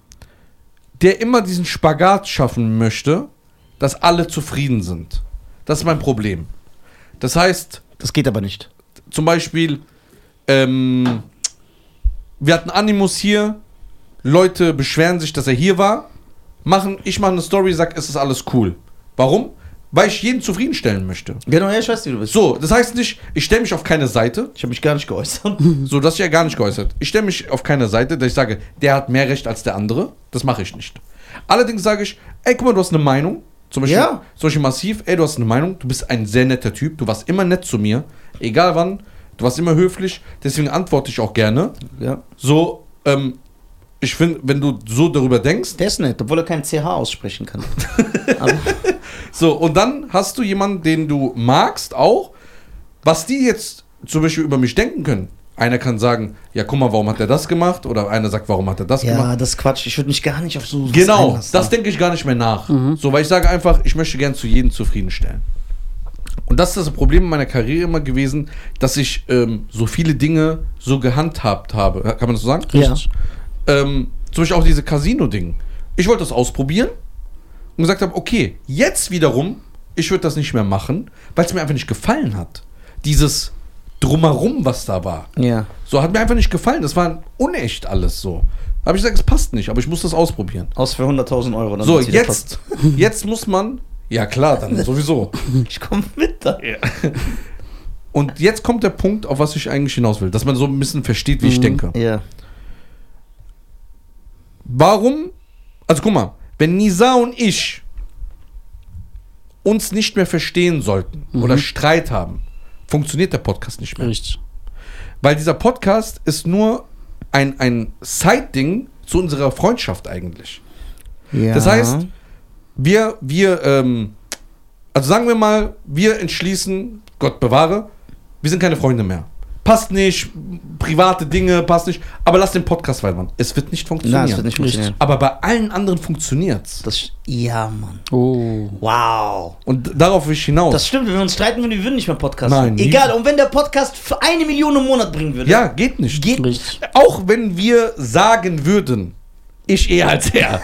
S2: der immer diesen Spagat schaffen möchte, dass alle zufrieden sind. Das ist mein Problem. Das heißt,
S1: Das geht aber nicht.
S2: zum Beispiel, ähm, wir hatten Animus hier, Leute beschweren sich, dass er hier war, machen, ich mache eine Story, sag, es ist alles cool. Warum? Weil ich jeden zufriedenstellen möchte.
S1: Genau, ja, ich weiß, wie du bist.
S2: So, das heißt nicht, ich stelle mich auf keine Seite,
S1: Ich habe mich gar nicht geäußert.
S2: so, das ist ja gar nicht geäußert. Ich stelle mich auf keine Seite, dass ich sage, der hat mehr Recht als der andere. Das mache ich nicht. Allerdings sage ich, ey, guck mal, du hast eine Meinung. Zum Beispiel,
S1: Ja.
S2: zum Beispiel massiv, ey, du hast eine Meinung, du bist ein sehr netter Typ, du warst immer nett zu mir, egal wann, du warst immer höflich, deswegen antworte ich auch gerne.
S1: Ja.
S2: So, ähm, ich finde, wenn du so darüber denkst,
S1: Der ist nett, obwohl er kein C H aussprechen kann. Aber
S2: so, und dann hast du jemanden, den du magst auch, was die jetzt zum Beispiel über mich denken können. Einer kann sagen, ja, guck mal, warum hat er das gemacht? Oder einer sagt, warum hat er das gemacht?
S1: ja, das ist Quatsch. Ich würde mich gar nicht auf so was
S2: Genau,
S1: einlassen.
S2: das denke ich gar nicht mehr nach. So, weil ich sage einfach, ich möchte gern zu jedem zufriedenstellen. Und das ist das Problem in meiner Karriere immer gewesen, dass ich ähm, so viele Dinge so gehandhabt habe. Kann man das so sagen?
S1: Ja.
S3: Richtig.
S2: Ähm, zum Beispiel auch diese Casino-Ding. Ich wollte das ausprobieren und gesagt habe, okay, jetzt wiederum, ich würde das nicht mehr machen, weil es mir einfach nicht gefallen hat. Dieses Drumherum, was da war.
S1: Ja.
S2: So, hat mir einfach nicht gefallen. Das war unecht alles so. Habe ich gesagt, es passt nicht, aber ich muss das ausprobieren.
S1: Aus für hunderttausend Euro. Dann
S2: So,
S1: wird's wieder
S2: jetzt, jetzt muss man, ja klar, dann sowieso.
S1: passen. Ich komme mit da.
S2: Und jetzt kommt der Punkt, auf was ich eigentlich hinaus will, dass man so ein bisschen versteht, wie ich
S3: Mhm.
S2: denke.
S1: Ja.
S2: Warum? Also guck mal, wenn Nisa und ich uns nicht mehr verstehen sollten
S3: Mhm.
S2: oder Streit haben, funktioniert der Podcast nicht mehr.
S3: Richtig.
S2: Weil dieser Podcast ist nur ein, ein Side-Ding zu unserer Freundschaft eigentlich.
S1: Ja.
S2: Das heißt, wir, wir, ähm, also sagen wir mal, wir entschließen, Gott bewahre, wir sind keine Freunde mehr. Passt nicht, private Dinge, passt nicht, aber lass den Podcast weitermachen. Es wird nicht funktionieren.
S1: Nein, das wird nicht funktionieren.
S2: Aber bei allen anderen funktioniert's.
S1: Das, ja, Mann.
S3: Oh.
S1: Wow.
S2: Und darauf will ich hinaus.
S1: Das stimmt, wenn wir uns streiten würden, wir würden nicht mehr podcasten.
S2: Nein, nie.
S1: Egal, und wenn der Podcast für eine Million im Monat bringen würde.
S2: ja, geht nicht.
S1: Geht
S3: Richtig.
S2: Auch wenn wir sagen würden, ich eher als er.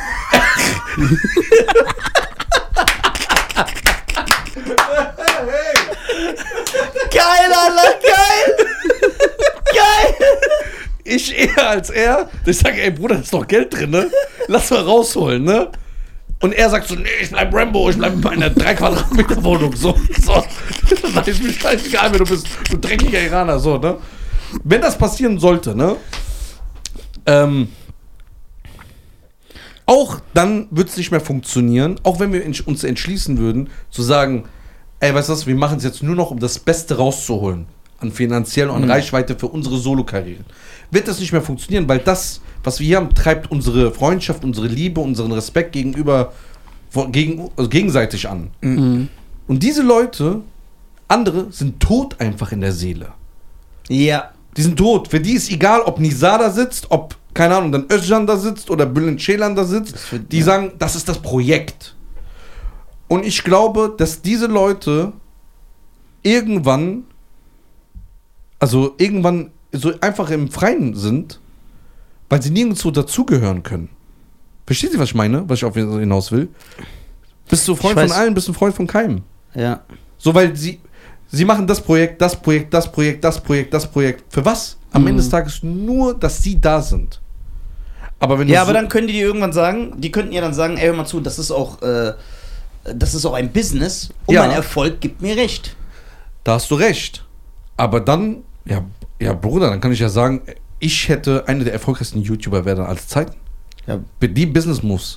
S1: Geil, Alter, geil! Geil!
S2: Ich eher als er. Ich sage, ey Bruder, da ist doch Geld drin, ne? Lass mal rausholen, ne? Und er sagt so, nee, ich bleib Rambo, ich bleib in meiner drei Quadratmeter Wohnung. So, so. Das ist mir scheißegal, wer du bist. Du dreckiger Iraner, so, ne? Wenn das passieren sollte, ne? Ähm, Auch dann wird es nicht mehr funktionieren, auch wenn wir uns entschließen würden, zu sagen, ey, weißt du was, wir machen es jetzt nur noch, um das Beste rauszuholen. An finanziell und an
S1: Mhm.
S2: Reichweite für unsere Solo-Karrieren. Wird das nicht mehr funktionieren, weil das, was wir hier haben, treibt unsere Freundschaft, unsere Liebe, unseren Respekt gegenüber, vor- gegen, also gegenseitig an.
S3: Mhm.
S2: Und diese Leute, andere, sind tot einfach in der Seele.
S1: Ja.
S2: Die sind tot. Für die ist egal, ob Nizar da sitzt, ob, keine Ahnung, dann Özcan da sitzt oder Bülent Ceylan da sitzt.
S1: Das wird-
S2: Die
S1: ja.
S2: sagen, das ist das Projekt. Und ich glaube, dass diese Leute irgendwann, also irgendwann so einfach im Freien sind, weil sie nirgendwo dazugehören können. Versteht ihr, was ich meine? Was ich auf hinaus will? Bist du Freund
S1: Ich
S2: von
S1: weiß.
S2: allen, bist du Freund von keinem.
S1: Ja.
S2: So, weil sie, sie machen das Projekt, das Projekt, das Projekt, das Projekt, das Projekt. Für was? Am
S3: Mhm.
S2: Ende des Tages nur, dass sie da sind. Aber wenn du
S1: Ja, aber
S2: so,
S1: dann können die dir irgendwann sagen, die könnten ja dann sagen, ey, hör mal zu, das ist auch, äh, das ist auch ein Business und
S2: Ja.
S1: mein Erfolg gibt mir recht.
S2: da hast du recht. Aber dann, ja, ja, Bruder, dann kann ich ja sagen, ich hätte einer der erfolgreichsten YouTuber werden aller Zeiten.
S1: Ja.
S2: Mit die Business Moves.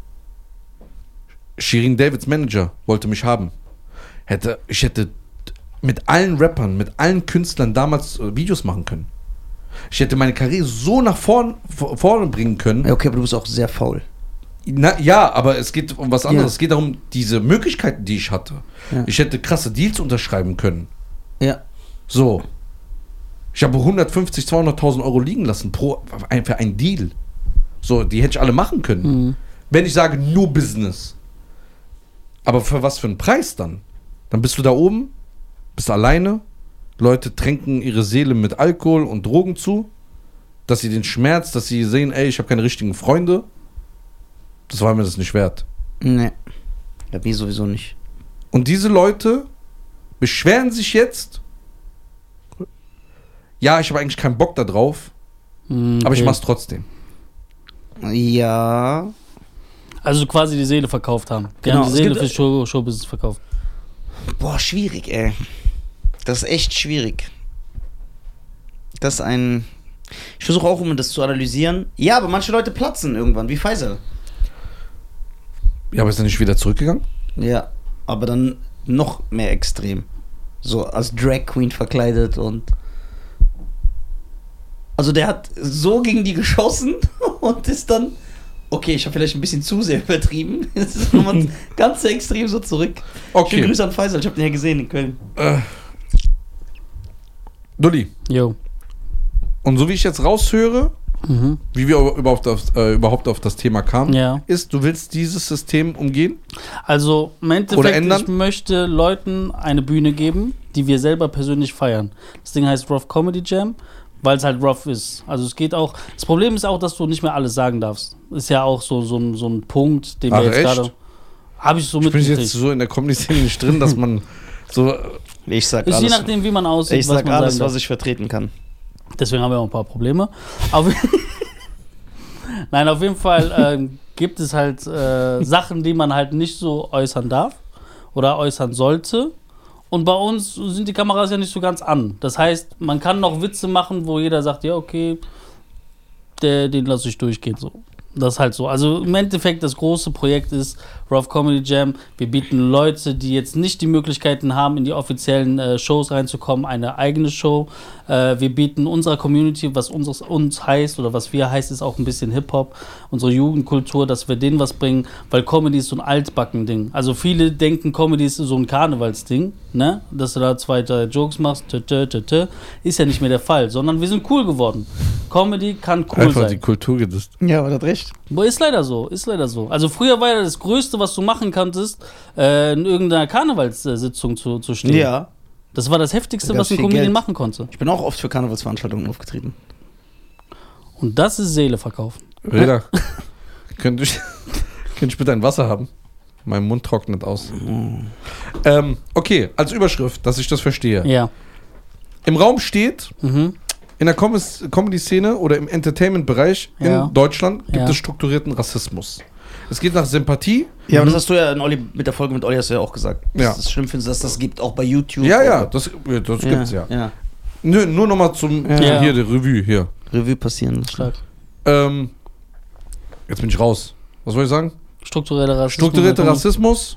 S2: Shirin Davids Manager wollte mich haben. Hätte, ich hätte mit allen Rappern, mit allen Künstlern damals äh, Videos machen können. Ich hätte meine Karriere so nach vorn, vor- vorne bringen können.
S1: Ja, okay, aber du bist auch sehr faul.
S2: Na, ja, aber es geht um was anderes.
S1: Ja.
S2: Es geht darum, diese Möglichkeiten, die ich hatte.
S1: Ja.
S2: Ich hätte krasse Deals unterschreiben können.
S1: Ja.
S2: So. Ich habe hundertfünfzig, zweihunderttausend Euro liegen lassen pro, für einen Deal. So, die hätte ich alle machen können.
S3: Mhm.
S2: Wenn ich sage, nur Business. Aber für was für einen Preis dann? Dann bist du da oben, bist alleine, Leute tränken ihre Seele mit Alkohol und Drogen zu, dass sie den Schmerz, dass sie sehen, ey, ich habe keine richtigen Freunde. Das war mir das nicht wert.
S1: Nee. Ja, mir sowieso nicht.
S2: Und diese Leute beschweren sich jetzt, ja, ich habe eigentlich keinen Bock da drauf,
S3: Mhm,
S2: aber ich
S3: okay.
S2: mach's trotzdem.
S1: Ja.
S3: Also quasi die Seele verkauft haben. Die
S1: Genau,
S3: haben die
S1: es
S3: Seele
S1: gibt-
S3: für Show, Showbusiness verkauft.
S1: Boah, schwierig, ey. Das ist echt schwierig. Das ist ein. Ich versuche auch, um das zu analysieren. Ja, aber manche Leute platzen irgendwann, wie Faisal.
S2: Ja, aber ist er nicht wieder zurückgegangen?
S1: Ja, aber dann noch mehr extrem. So als Drag Queen verkleidet und. Also der hat so gegen die geschossen und ist dann. Okay, ich habe vielleicht ein bisschen zu sehr übertrieben. Jetzt ist nochmal ganz extrem so zurück. Schöne
S2: Okay.
S1: Grüße an Faisal, ich habe den ja gesehen in Köln.
S2: Äh. Dulli,
S3: Jo.
S2: und so wie ich jetzt raushöre,
S3: Mhm.
S2: wie wir überhaupt auf, äh, überhaupt auf das Thema kamen,
S3: Ja.
S2: ist, du willst dieses System umgehen?
S3: Also im
S2: Oder
S3: Endeffekt,
S2: ändern?
S3: ich möchte Leuten eine Bühne geben, die wir selber persönlich feiern. Das Ding heißt Rough Comedy Jam, weil es halt rough ist. Also es geht auch, das Problem ist auch, dass du nicht mehr alles sagen darfst. Ist ja auch so, so, ein, so ein Punkt, den
S2: Ach,
S3: wir jetzt
S2: echt?
S3: gerade... Habe ich so
S2: Ich bin
S3: mitgekriegt.
S2: jetzt so in der Comedy-Szene nicht drin, dass man so...
S1: Ich sag
S3: Ist je
S1: alles.
S3: nachdem, wie man aussieht,
S1: Ich
S3: was
S1: sag
S3: man
S1: alles,
S3: sagen darf.
S1: was ich vertreten kann.
S3: Deswegen haben wir auch ein paar Probleme. Auf Nein, auf jeden Fall ähm, gibt es halt äh, Sachen, die man halt nicht so äußern darf oder äußern sollte. Und bei uns sind die Kameras ja nicht so ganz an. Das heißt, man kann noch Witze machen, wo jeder sagt, ja, okay, der, den lasse ich durchgehen. So. Das ist halt so. Also im Endeffekt, das große Projekt ist Rough Comedy Jam. Wir bieten Leute, die jetzt nicht die Möglichkeiten haben, in die offiziellen äh, Shows reinzukommen, eine eigene Show. Äh, wir bieten unserer Community, was unseres, uns heißt oder was wir heißt, ist auch ein bisschen Hip-Hop, unsere Jugendkultur, dass wir denen was bringen, weil Comedy ist so ein Altbacken-Ding. Also viele denken, Comedy ist so ein Karnevalsding, ne? Dass du da zwei, drei Jokes machst, tö, tö, tö, tö. Ist ja nicht mehr der Fall, sondern wir sind cool geworden. Comedy kann cool
S2: einfach
S3: sein.
S2: die Kultur gedisst.
S1: Ja, aber das recht.
S3: Aber ist leider so, ist leider so. Also früher war ja das Größte, was du machen konntest, äh, in irgendeiner Karnevalssitzung zu, zu stehen.
S1: Ja.
S3: Das war das Heftigste,
S1: Da
S3: was
S1: gab's
S3: ein
S1: viel
S3: Comedian
S1: Geld.
S3: machen konnte.
S1: Ich bin auch oft für Karnevalsveranstaltungen aufgetreten.
S3: Und das ist Seele verkaufen.
S2: Reda, könnte ich, könnte ich bitte ein Wasser haben? Mein Mund trocknet aus. Ähm, okay, als Überschrift, dass ich das verstehe.
S3: Ja.
S2: Im Raum steht,
S3: Mhm.
S2: in der Com- Comedy-Szene oder im Entertainment-Bereich
S3: Ja.
S2: in Deutschland gibt
S3: Ja.
S2: es strukturierten Rassismus. Es geht nach Sympathie.
S1: Ja, aber das hast du ja in Olli, mit der Folge mit Olli hast du ja auch gesagt. Dass
S2: Ja.
S1: du es schlimm findest, dass das gibt, auch bei YouTube.
S2: Ja, ja,
S1: oder-
S2: das, das gibt's ja.
S1: ja.
S2: Nö, nur nochmal zum,
S1: Ja.
S2: hier, der Revue, hier.
S1: Revue passieren. Das
S3: Stark.
S2: Ähm, jetzt bin ich raus. was soll ich sagen?
S3: Struktureller Rassismus.
S2: Strukturierter Rassismus.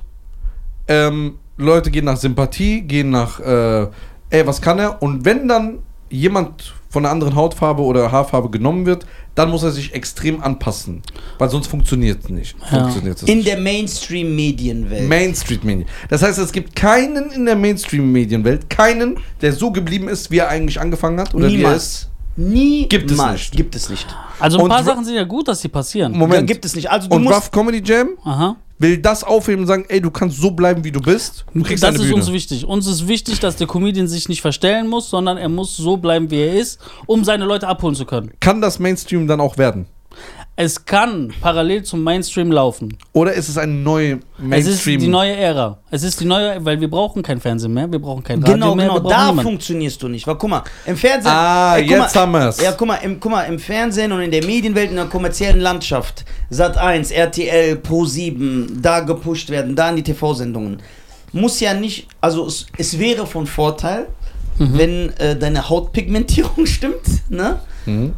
S2: Ähm, Leute gehen nach Sympathie, gehen nach, äh, ey, was kann er? Und wenn dann jemand von einer anderen Hautfarbe oder Haarfarbe genommen wird, dann muss er sich extrem anpassen. Weil sonst funktioniert es nicht.
S3: Ja.
S2: Funktioniert
S1: In
S2: nicht.
S1: der Mainstream-Medienwelt.
S2: Mainstream-Medien. Das heißt, es gibt keinen in der Mainstream-Medienwelt, keinen, der so geblieben ist, wie er eigentlich angefangen hat. Oder
S1: Niemals.
S2: Wie er ist.
S1: Niemals.
S2: Gibt es nicht.
S1: Gibt es nicht.
S3: Also ein
S2: Und
S3: paar
S2: Ra-
S3: Sachen sind ja gut, dass die passieren.
S1: Ja,
S2: Moment.
S1: gibt es nicht. Also du
S2: Und
S1: musst...
S2: Rough Comedy Jam
S3: Aha.
S2: will das aufheben und sagen, ey, du kannst so bleiben, wie du bist. Du kriegst
S3: Das
S2: eine
S3: ist
S2: Bühne.
S3: uns wichtig. Uns ist wichtig, dass der Comedian sich nicht verstellen muss, sondern er muss so bleiben, wie er ist, um seine Leute abholen zu können.
S2: Kann das Mainstream dann auch werden?
S3: Es kann parallel zum Mainstream laufen.
S2: Oder ist es eine neue Mainstream?
S3: Es ist die neue Ära. Es ist die neue, weil wir brauchen kein Fernsehen mehr, wir brauchen kein Radio
S1: Genau,
S3: mehr,
S1: genau,
S3: wir brauchen
S1: da
S3: niemanden.
S1: funktionierst du nicht. Weil guck mal, im Fernsehen...
S2: Ah,
S1: guck
S2: jetzt
S1: mal,
S2: haben wir's.
S1: Ja, guck mal, im, guck mal, im Fernsehen und in der Medienwelt, in der kommerziellen Landschaft, Sat eins, R T L, Pro sieben, da gepusht werden, da in die T V-Sendungen. Muss ja nicht... Also es, es wäre von Vorteil,
S3: Mhm.
S1: wenn äh, deine Hautpigmentierung stimmt, ne?
S2: Mhm.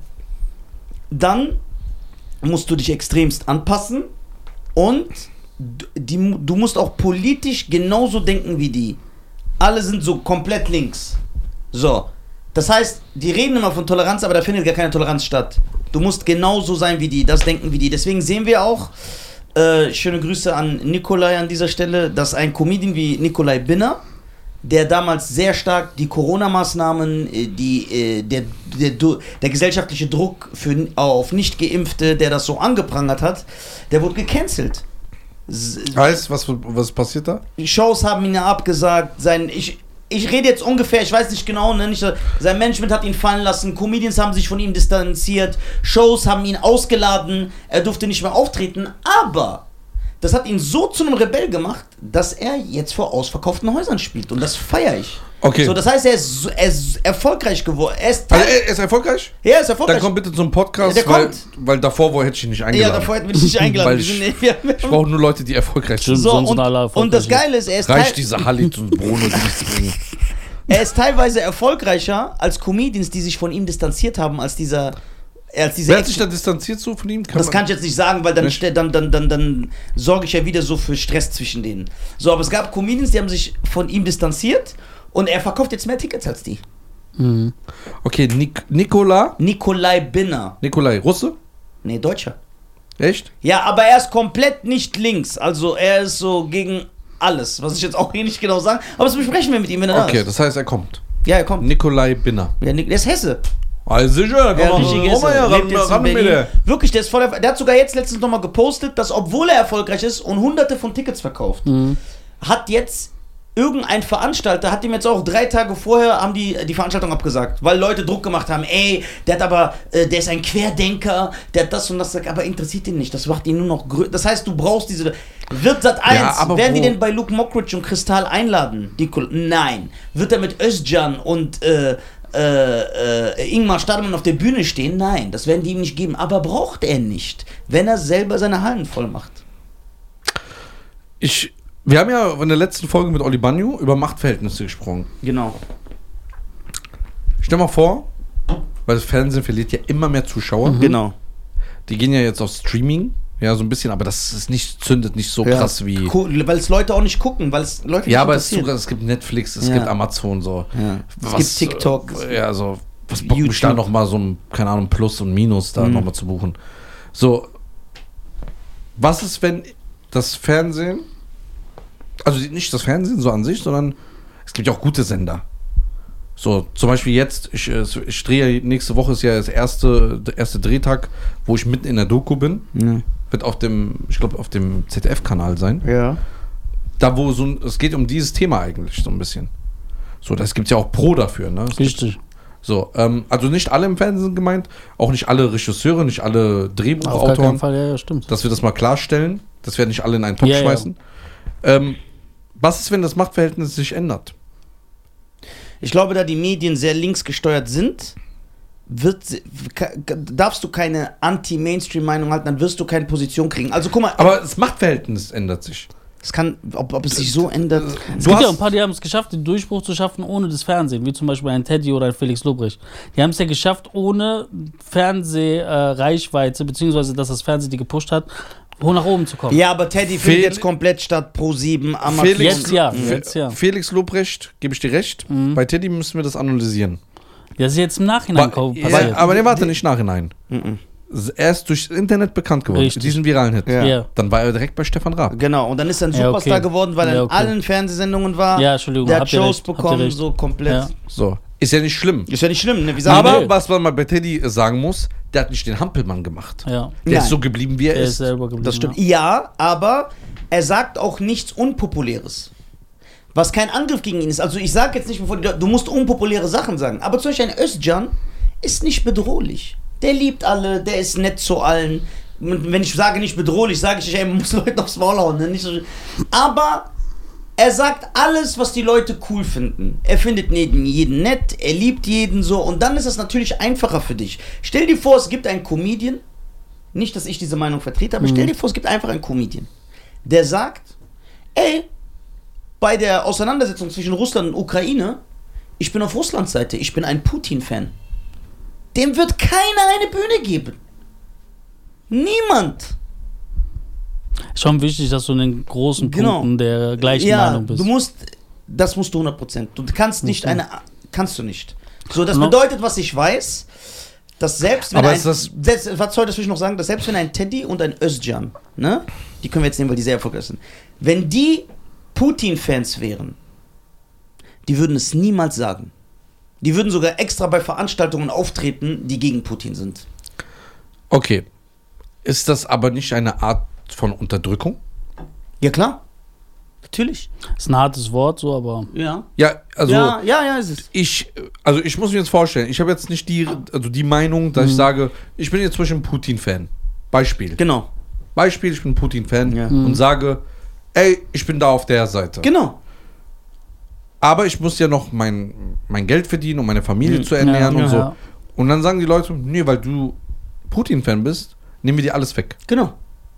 S1: Dann musst du dich extremst anpassen und d- die, du musst auch politisch genauso denken wie die. Alle sind so komplett links. So. Das heißt, die reden immer von Toleranz, aber da findet gar keine Toleranz statt. Du musst genauso sein wie die, das denken wie die. Deswegen sehen wir auch, äh, schöne Grüße an Nikolai an dieser Stelle, dass ein Comedian wie Nikolai Binner, der damals sehr stark die Corona-Maßnahmen, äh, die, äh, der, der, der gesellschaftliche Druck für, auf Nicht-Geimpfte, der das so angeprangert hat, der wurde gecancelt. S-
S2: Heißt, was, was passiert da?
S1: Shows haben ihn ja abgesagt, sein, ich, ich rede jetzt ungefähr, ich weiß nicht genau, ne, nicht, so- sein Management hat ihn fallen lassen, Comedians haben sich von ihm distanziert, Shows haben ihn ausgeladen, er durfte nicht mehr auftreten, aber das hat ihn so zu einem Rebell gemacht, dass er jetzt vor ausverkauften Häusern spielt und das feiere ich.
S2: Okay.
S1: So, das heißt, er ist, so- er ist erfolgreich geworden. Er ist,
S2: Also, er ist erfolgreich?
S1: ja, er ist erfolgreich.
S2: Dann komm bitte zum Podcast,
S1: Ja, der
S2: weil,
S1: kommt.
S2: weil davor wo hätte ich ihn nicht
S1: ja,
S2: eingeladen.
S1: davor hätten wir dich nicht eingeladen.
S2: Weil
S1: Wir
S2: ich-
S1: sind, wir, wir,
S2: Ich brauche nur Leute, die erfolgreich sind.
S3: Stimmt.
S1: so,
S3: sonst
S1: und,
S3: sind alle
S1: und das
S3: erfolgreich.
S1: Geile ist, er ist,
S2: Reicht
S1: teil-
S2: diese Halit und Bruno, die nichts bringen.
S1: er ist teilweise erfolgreicher als Comedians, die sich von ihm distanziert haben, als dieser. Als diese
S2: Wer hat sich
S1: Action-
S2: da distanziert so von ihm?
S1: das
S2: man-
S1: kann ich jetzt nicht sagen, weil dann,
S2: Nicht?
S1: ste- dann, dann, dann, dann sorge ich ja wieder so für Stress zwischen denen. So, aber es gab Comedians, die haben sich von ihm distanziert und er verkauft jetzt mehr Tickets als die.
S3: Mhm.
S2: Okay, Nik Nikola.
S1: Nikolai Binner.
S2: Nikolai, Russe?
S1: Nee, Deutscher.
S2: Echt?
S1: Ja, aber er ist komplett nicht links. Also er ist so gegen alles, was ich jetzt auch hier nicht genau sage. Aber das besprechen wir mit ihm, wenn er
S2: Okay,
S1: da ist.
S2: das heißt, er kommt.
S1: Ja, er kommt.
S2: Nikolai Binner.
S1: Ja, Nik- der ist Hesse.
S2: Also sicher,
S1: Ja, richtig
S2: komm mal
S1: Hesse.
S2: her,
S1: Lebt
S2: ran,
S1: jetzt in
S2: ran
S1: Berlin.
S2: bitte.
S1: Wirklich, der ist voll. Der hat sogar jetzt letztens nochmal gepostet, dass obwohl er erfolgreich ist und hunderte von Tickets verkauft,
S3: Mhm.
S1: hat jetzt irgendein Veranstalter, hat ihm jetzt auch drei Tage vorher, haben die die Veranstaltung abgesagt, weil Leute Druck gemacht haben, ey, der hat aber, äh, der ist ein Querdenker, der hat das und das, aber interessiert ihn nicht, das macht ihn nur noch größer. Das heißt, du brauchst diese, wird Sat eins,
S2: aber
S1: werden die
S2: wo-
S1: denn bei Luke Mockridge und Kristall einladen? Die, Kol- nein. Wird er mit Özcan und, äh, äh, äh, Ingmar Stadelmann auf der Bühne stehen? Nein, das werden die ihm nicht geben, aber braucht er nicht, wenn er selber seine Hallen voll macht.
S2: Ich, wir haben ja in der letzten Folge mit Oli Banyo über Machtverhältnisse gesprochen.
S1: Genau.
S2: Stell mal vor, weil das Fernsehen verliert ja immer mehr Zuschauer.
S1: Genau.
S2: Die gehen ja jetzt auf Streaming, ja, so ein bisschen, aber das ist nicht, zündet nicht so krass wie.
S1: Cool, weil es Leute auch nicht gucken, weil es Leute nicht
S2: Ja, aber es, ist
S1: interessiert.
S2: sogar, es gibt Netflix, es
S1: Ja.
S2: gibt Amazon so.
S1: Ja. Es
S2: Was,
S1: gibt TikTok.
S2: äh, Ja, so. Was bockt mich
S1: YouTube.
S2: da nochmal so ein, keine Ahnung, Plus und Minus da
S1: Mhm.
S2: nochmal zu buchen? So. Was ist, wenn das Fernsehen, also nicht das Fernsehen so an sich, sondern es gibt ja auch gute Sender. So, zum Beispiel jetzt, ich, äh, ich drehe, nächste Woche ist ja das erste, der erste Drehtag, wo ich mitten in der Doku bin.
S1: Ja.
S2: Wird auf dem, ich glaube, auf dem Z D F-Kanal sein.
S1: Ja.
S2: Da, wo so ein, es geht um dieses Thema eigentlich so ein bisschen. So, das gibt ja auch Pro dafür, ne? Es gibt,
S3: Richtig.
S2: so, ähm, also nicht alle im Fernsehen sind gemeint, auch nicht alle Regisseure, nicht alle
S3: Auf gar keinen
S2: Drehbuchautoren,
S3: Fall, ja, ja, stimmt.
S2: dass wir das mal klarstellen, dass wir nicht alle in einen Topf
S3: Ja, ja.
S2: schmeißen. Ähm, was ist, wenn das Machtverhältnis sich ändert?
S1: Ich glaube, da die Medien sehr links gesteuert sind, wird, ka- darfst du keine Anti-Mainstream-Meinung halten, dann wirst du keine Position kriegen. Also guck mal,
S2: Aber das Machtverhältnis ändert sich.
S1: es kann, ob, ob es sich so ändert.
S3: Es
S2: Du
S3: gibt ja
S2: hast-
S3: ein paar, die haben es geschafft, den Durchbruch zu schaffen ohne das Fernsehen, wie zum Beispiel ein Teddy oder ein Felix Lobrecht. Die haben es ja geschafft, ohne Fernsehreichweite, äh, beziehungsweise dass das Fernsehen die gepusht hat, Wo nach oben zu kommen.
S1: Ja, aber Teddy
S2: Fel-
S1: findet jetzt komplett statt Pro sieben, Amazon.
S2: Felix-
S3: Jetzt ja,
S2: Fe-
S3: jetzt ja.
S2: Felix Lobrecht, gebe ich dir recht.
S3: Mhm.
S2: Bei Teddy müssen wir das analysieren.
S3: Das ist jetzt im Nachhinein
S2: Wa-
S3: ko-
S2: ja,
S3: passiert.
S2: aber ne, warte, nicht nachhinein.
S1: Mhm.
S2: Er ist durchs Internet bekannt geworden.
S3: Richtig.
S2: Diesen viralen Hit.
S1: Ja.
S3: Ja.
S2: Dann war er direkt bei Stefan Raab.
S1: Genau, und dann ist er ein
S3: Ja,
S1: Superstar
S3: okay.
S1: geworden, weil er
S3: Ja,
S1: in
S3: okay.
S1: allen Fernsehsendungen war.
S3: Ja, Entschuldigung,
S1: Der hat
S3: habt ihr
S1: Shows
S3: recht, habt ihr
S1: bekommen,
S3: recht.
S1: so komplett.
S3: Ja.
S2: So. Ist ja nicht schlimm.
S1: Ist ja nicht schlimm, ne? Wie sagen
S2: Aber
S1: wir?
S2: was man mal bei Teddy äh, sagen muss, der hat nicht den Hampelmann gemacht.
S3: Ja.
S2: Der
S1: Nein.
S2: ist so geblieben, wie er
S3: Er ist
S2: ist.
S3: selber geblieben.
S1: Das stimmt.
S3: Ja.
S1: Ja, aber er sagt auch nichts Unpopuläres. Was kein Angriff gegen ihn ist. Also ich sage jetzt nicht, bevor die, du musst unpopuläre Sachen sagen. Aber zum Beispiel ein Özcan ist nicht bedrohlich. Der liebt alle, der ist nett zu allen. Wenn ich sage nicht bedrohlich, sage ich nicht, ey, man muss Leuten aufs Maul hauen. Ne? Nicht so, aber er sagt alles, was die Leute cool finden. Er findet jeden, jeden nett, er liebt jeden so. Und dann ist es natürlich einfacher für dich. Stell dir vor, es gibt einen Comedian. Nicht, dass ich diese Meinung vertrete, aber
S3: Mhm.
S1: stell dir vor, es gibt einfach einen Comedian, der sagt, ey, bei der Auseinandersetzung zwischen Russland und Ukraine, ich bin auf Russlands Seite, ich bin ein Putin-Fan. Dem wird keiner eine Bühne geben. Niemand.
S3: Schon wichtig, dass du in den großen
S1: Genau.
S3: Punkten der gleichen
S1: Ja,
S3: Meinung bist.
S1: du musst, das musst du hundert Prozent. Du kannst nicht
S3: Okay.
S1: eine, kannst du nicht. So, das
S3: No.
S1: bedeutet, was ich weiß, dass selbst wenn
S2: Aber
S1: ein,
S2: ist das-
S1: selbst, was soll das will ich noch sagen, dass selbst wenn ein Teddy und ein Özcan, ne, die können wir jetzt nehmen, weil die sehr erfolgreich sind, wenn die Putin-Fans wären, die würden es niemals sagen. Die würden sogar extra bei Veranstaltungen auftreten, die gegen Putin sind.
S2: Okay. Ist das aber nicht eine Art von Unterdrückung?
S1: Ja, klar. Natürlich.
S3: Ist ein hartes Wort, so, aber.
S1: Ja.
S2: Ja, also
S1: ja, ja, ja, ist es.
S2: ich, also ich muss mir jetzt vorstellen, ich habe jetzt nicht die, also die Meinung, dass ich sage, ich bin jetzt zum Beispiel ein Putin-Fan. Beispiel.
S1: Genau.
S2: Beispiel, ich bin ein Putin-Fan
S1: Ja.
S2: und sage, ey, ich bin da auf der Seite.
S1: Genau.
S2: Aber ich muss ja noch mein, mein Geld verdienen, um meine Familie
S1: Mhm.
S2: zu ernähren
S3: Ja,
S2: und so.
S3: ja.
S2: Und dann sagen die Leute, nee, weil du Putin-Fan bist, nehmen wir dir alles weg.
S1: Genau.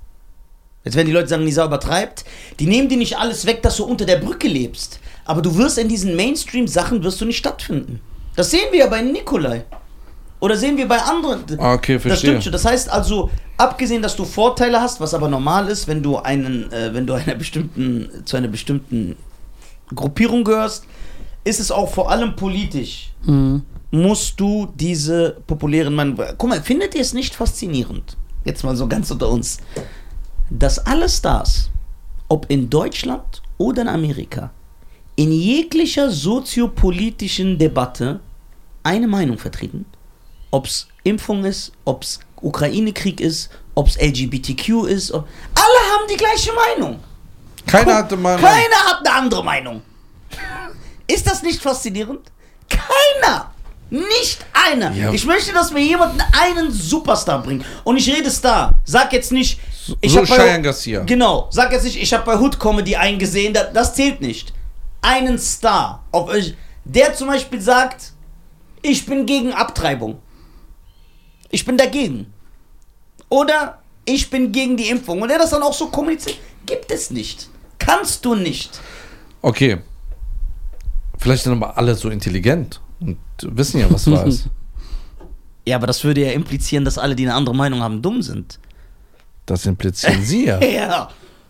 S1: Jetzt werden die Leute sagen, Nisa übertreibt. Die nehmen dir nicht alles weg, dass du unter der Brücke lebst. Aber du wirst in diesen Mainstream-Sachen wirst du nicht stattfinden. Das sehen wir ja bei Nikolai. Oder sehen wir bei anderen.
S2: Okay,
S1: Das
S2: verstehe.
S1: stimmt schon. Das heißt also, abgesehen, dass du Vorteile hast, was aber normal ist, wenn du einen, äh, wenn du einer bestimmten, zu einer bestimmten Gruppierung gehörst, ist es auch vor allem politisch.
S3: Mhm.
S1: Musst du diese populären Meinungen. Guck mal, findet ihr es nicht faszinierend? Jetzt mal so ganz unter uns. Dass alle Stars, ob in Deutschland oder in Amerika, in jeglicher soziopolitischen Debatte eine Meinung vertreten. Ob es Impfung ist, ob es Ukraine-Krieg ist, ob es L G B T Q ist. Ob, alle haben die gleiche Meinung.
S2: Keiner hatte mal.
S1: Keiner hat eine andere Meinung. Ist das nicht faszinierend? Keiner. Nicht einer.
S2: Ja.
S1: Ich möchte, dass mir jemand einen Superstar bringt. Und ich rede Star. Sag jetzt nicht, ich
S2: so
S1: habe bei
S2: Cheyenne Garcia.
S1: Genau. Sag jetzt nicht, ich habe bei Hood Comedy einen gesehen. Das, das zählt nicht. Einen Star. Auf, der zum Beispiel sagt, ich bin gegen Abtreibung. Ich bin dagegen. Oder ich bin gegen die Impfung. Und der das dann auch so kommuniziert. Gibt es nicht. Kannst du nicht.
S2: Okay. Vielleicht sind aber alle so intelligent und wissen ja, was wahr ist.
S1: Ja, aber das würde ja implizieren, dass alle, die eine andere Meinung haben, dumm sind.
S2: Das implizieren sie ja.
S1: Ja.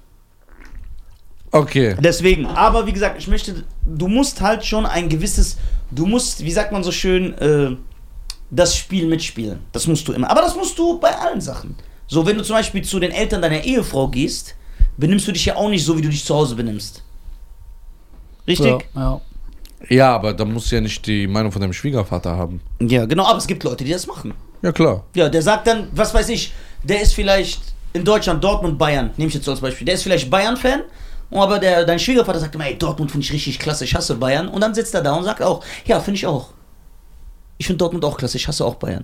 S2: Okay.
S1: Deswegen, aber wie gesagt, ich möchte, du musst halt schon ein gewisses, du musst, wie sagt man so schön, äh, das Spiel mitspielen. Das musst du immer. Aber das musst du bei allen Sachen. So, wenn du zum Beispiel zu den Eltern deiner Ehefrau gehst, benimmst du dich ja auch nicht so, wie du dich zu Hause benimmst. Richtig?
S3: Ja, ja.
S2: Ja, aber da musst du ja nicht die Meinung von deinem Schwiegervater haben.
S1: Ja, genau, aber es gibt Leute, die das machen.
S2: Ja, klar.
S1: Ja, der sagt dann, was weiß ich, der ist vielleicht in Deutschland, Dortmund, Bayern, nehme ich jetzt so als Beispiel. Der ist vielleicht Bayern-Fan, aber der, dein Schwiegervater sagt immer, ey, Dortmund finde ich richtig klasse, ich hasse Bayern. Und dann sitzt er da und sagt auch, ja, finde ich auch. Ich finde Dortmund auch klasse, ich hasse auch Bayern.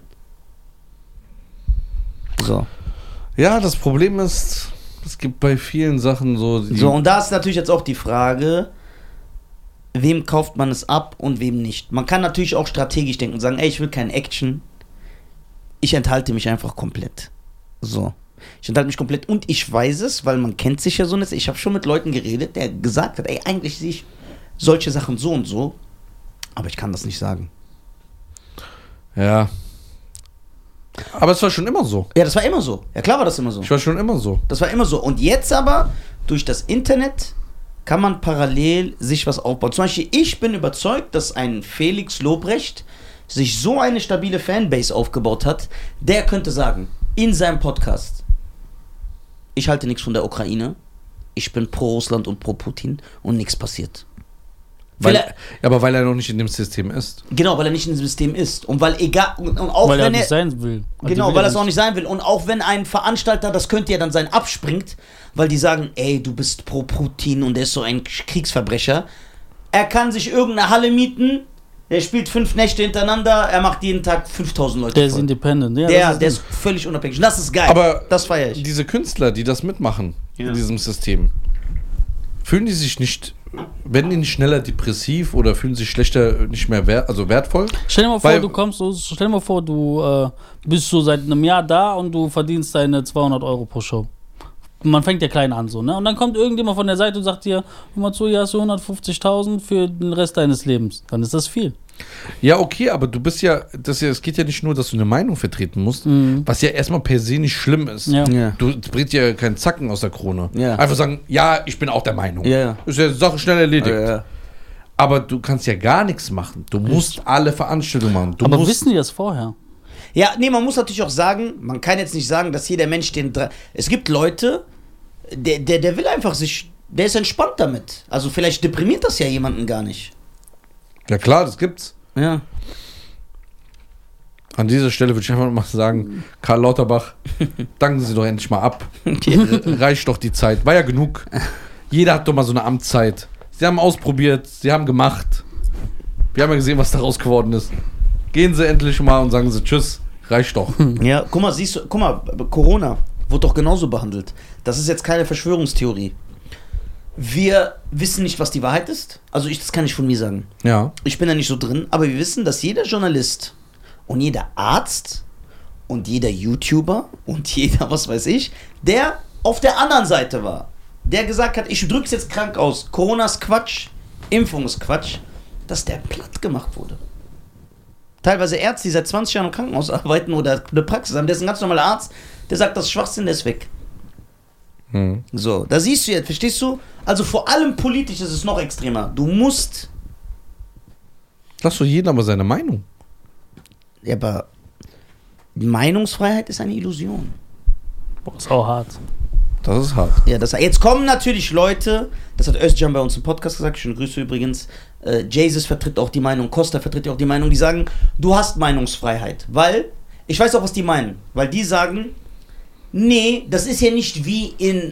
S1: So.
S2: Ja, das Problem ist, es gibt bei vielen Sachen so. Die
S1: So, und da ist natürlich jetzt auch die Frage, wem kauft man es ab und wem nicht. Man kann natürlich auch strategisch denken und sagen, ey, ich will kein Action. Ich enthalte mich einfach komplett. So. Ich enthalte mich komplett und ich weiß es, weil man kennt sich ja so nicht. Ich habe schon mit Leuten geredet, der gesagt hat, ey, eigentlich sehe ich solche Sachen so und so, aber ich kann das nicht sagen.
S2: Ja. Aber es war schon immer so.
S1: Ja, das war immer so. Ja, klar war das immer so.
S2: Ich war schon immer so.
S1: Das war immer so. Und jetzt aber, durch das Internet, kann man parallel sich was aufbauen. Zum Beispiel, ich bin überzeugt, dass ein Felix Lobrecht sich so eine stabile Fanbase aufgebaut hat, der könnte sagen, in seinem Podcast, ich halte nichts von der Ukraine, ich bin pro Russland und pro Putin und nichts passiert.
S2: Weil,
S1: Weil er,
S2: ja, aber weil er noch nicht in dem System ist.
S1: genau, weil er nicht in dem System ist. Und weil egal, und auch
S3: Weil er
S1: wenn
S3: nicht
S1: er,
S3: sein will. Also
S1: genau,
S3: will
S1: weil
S3: er
S1: er es auch nicht sein will. Und auch wenn ein Veranstalter, das könnte ja dann sein, abspringt, weil die sagen, ey, du bist pro Putin und der ist so ein Kriegsverbrecher. Er kann sich irgendeine Halle mieten, der spielt fünf Nächte hintereinander, er macht jeden Tag fünftausend Leute
S3: Der ist
S1: voll.
S3: independent. Ja,
S1: Der,
S3: das
S1: der ist völlig unabhängig. Und das ist geil.
S2: Aber
S1: das feiere ich.
S2: diese Künstler, die das mitmachen,
S1: Ja.
S2: in diesem System, fühlen die sich nicht, werden die nicht schneller depressiv oder fühlen sich schlechter, nicht mehr wert, also wertvoll?
S3: Stell dir mal vor,
S2: Weil-
S3: du kommst, so- stell dir mal vor, du äh, bist so seit einem Jahr da und du verdienst deine zweihundert Euro pro Show. Man fängt ja klein an so, ne? Und dann kommt irgendjemand von der Seite und sagt dir, hör mal zu, hier hast du hundertfünfzigtausend für den Rest deines Lebens. Dann ist das viel.
S2: Ja, okay, aber du bist ja, das ja, es geht ja nicht nur, dass du eine Meinung vertreten musst,
S3: Mhm.
S2: was ja erstmal per se nicht schlimm ist.
S3: Ja.
S1: Ja.
S2: Du bringst ja keinen Zacken aus der Krone.
S1: Ja.
S2: Einfach sagen, ja, ich bin auch der Meinung.
S1: Ja, ja.
S2: Ist ja Sache schnell erledigt.
S1: Ja, ja.
S2: Aber du kannst ja gar nichts machen. Du musst alle Veranstaltungen machen. Du
S3: Aber
S2: musst,
S3: wissen die das vorher?
S1: Ja, nee, man muss natürlich auch sagen, man kann jetzt nicht sagen, dass jeder Mensch den... Dre- es gibt Leute, der, der, der will einfach sich... Der ist entspannt damit. Also vielleicht deprimiert das ja jemanden gar nicht.
S2: Ja klar, das gibt's.
S1: Ja.
S2: An dieser Stelle würde ich einfach mal sagen, Karl Lauterbach, danken Sie doch endlich mal ab. Reicht doch die Zeit. War ja genug. Jeder hat doch mal so eine Amtszeit. Sie haben ausprobiert, Sie haben gemacht. Wir haben ja gesehen, was daraus geworden ist. Gehen Sie endlich mal und sagen Sie Tschüss. Reicht doch.
S1: Ja, guck mal, siehst du, guck mal, Corona wurde doch genauso behandelt. Das ist jetzt keine Verschwörungstheorie. Wir wissen nicht, was die Wahrheit ist. Also ich, das kann ich von mir sagen.
S2: Ja.
S1: Ich bin da nicht so drin, aber wir wissen, dass jeder Journalist und jeder Arzt und jeder YouTuber und jeder, was weiß ich, der auf der anderen Seite war, der gesagt hat, ich drück's jetzt krank aus, Corona ist Quatsch, Impfung ist Quatsch, dass der platt gemacht wurde. Teilweise Ärzte, die seit zwanzig Jahren im Krankenhaus arbeiten oder eine Praxis haben, der ist ein ganz normaler Arzt, der sagt, das ist Schwachsinn, der ist weg.
S2: Hm.
S1: So, da siehst du jetzt, verstehst du? Also vor allem politisch ist es noch extremer. Du musst,
S2: Lass doch jeden aber seine Meinung.
S1: ja, aber Meinungsfreiheit ist eine Illusion.
S3: Boah, ist auch hart.
S2: Das ist hart.
S1: Ja, das, jetzt kommen natürlich Leute, das hat Özcan bei uns im Podcast gesagt, schöne Grüße übrigens, äh, Jesus vertritt auch die Meinung, Costa vertritt ja auch die Meinung, die sagen, du hast Meinungsfreiheit, weil, ich weiß auch, was die meinen, weil die sagen, nee, das ist ja nicht wie in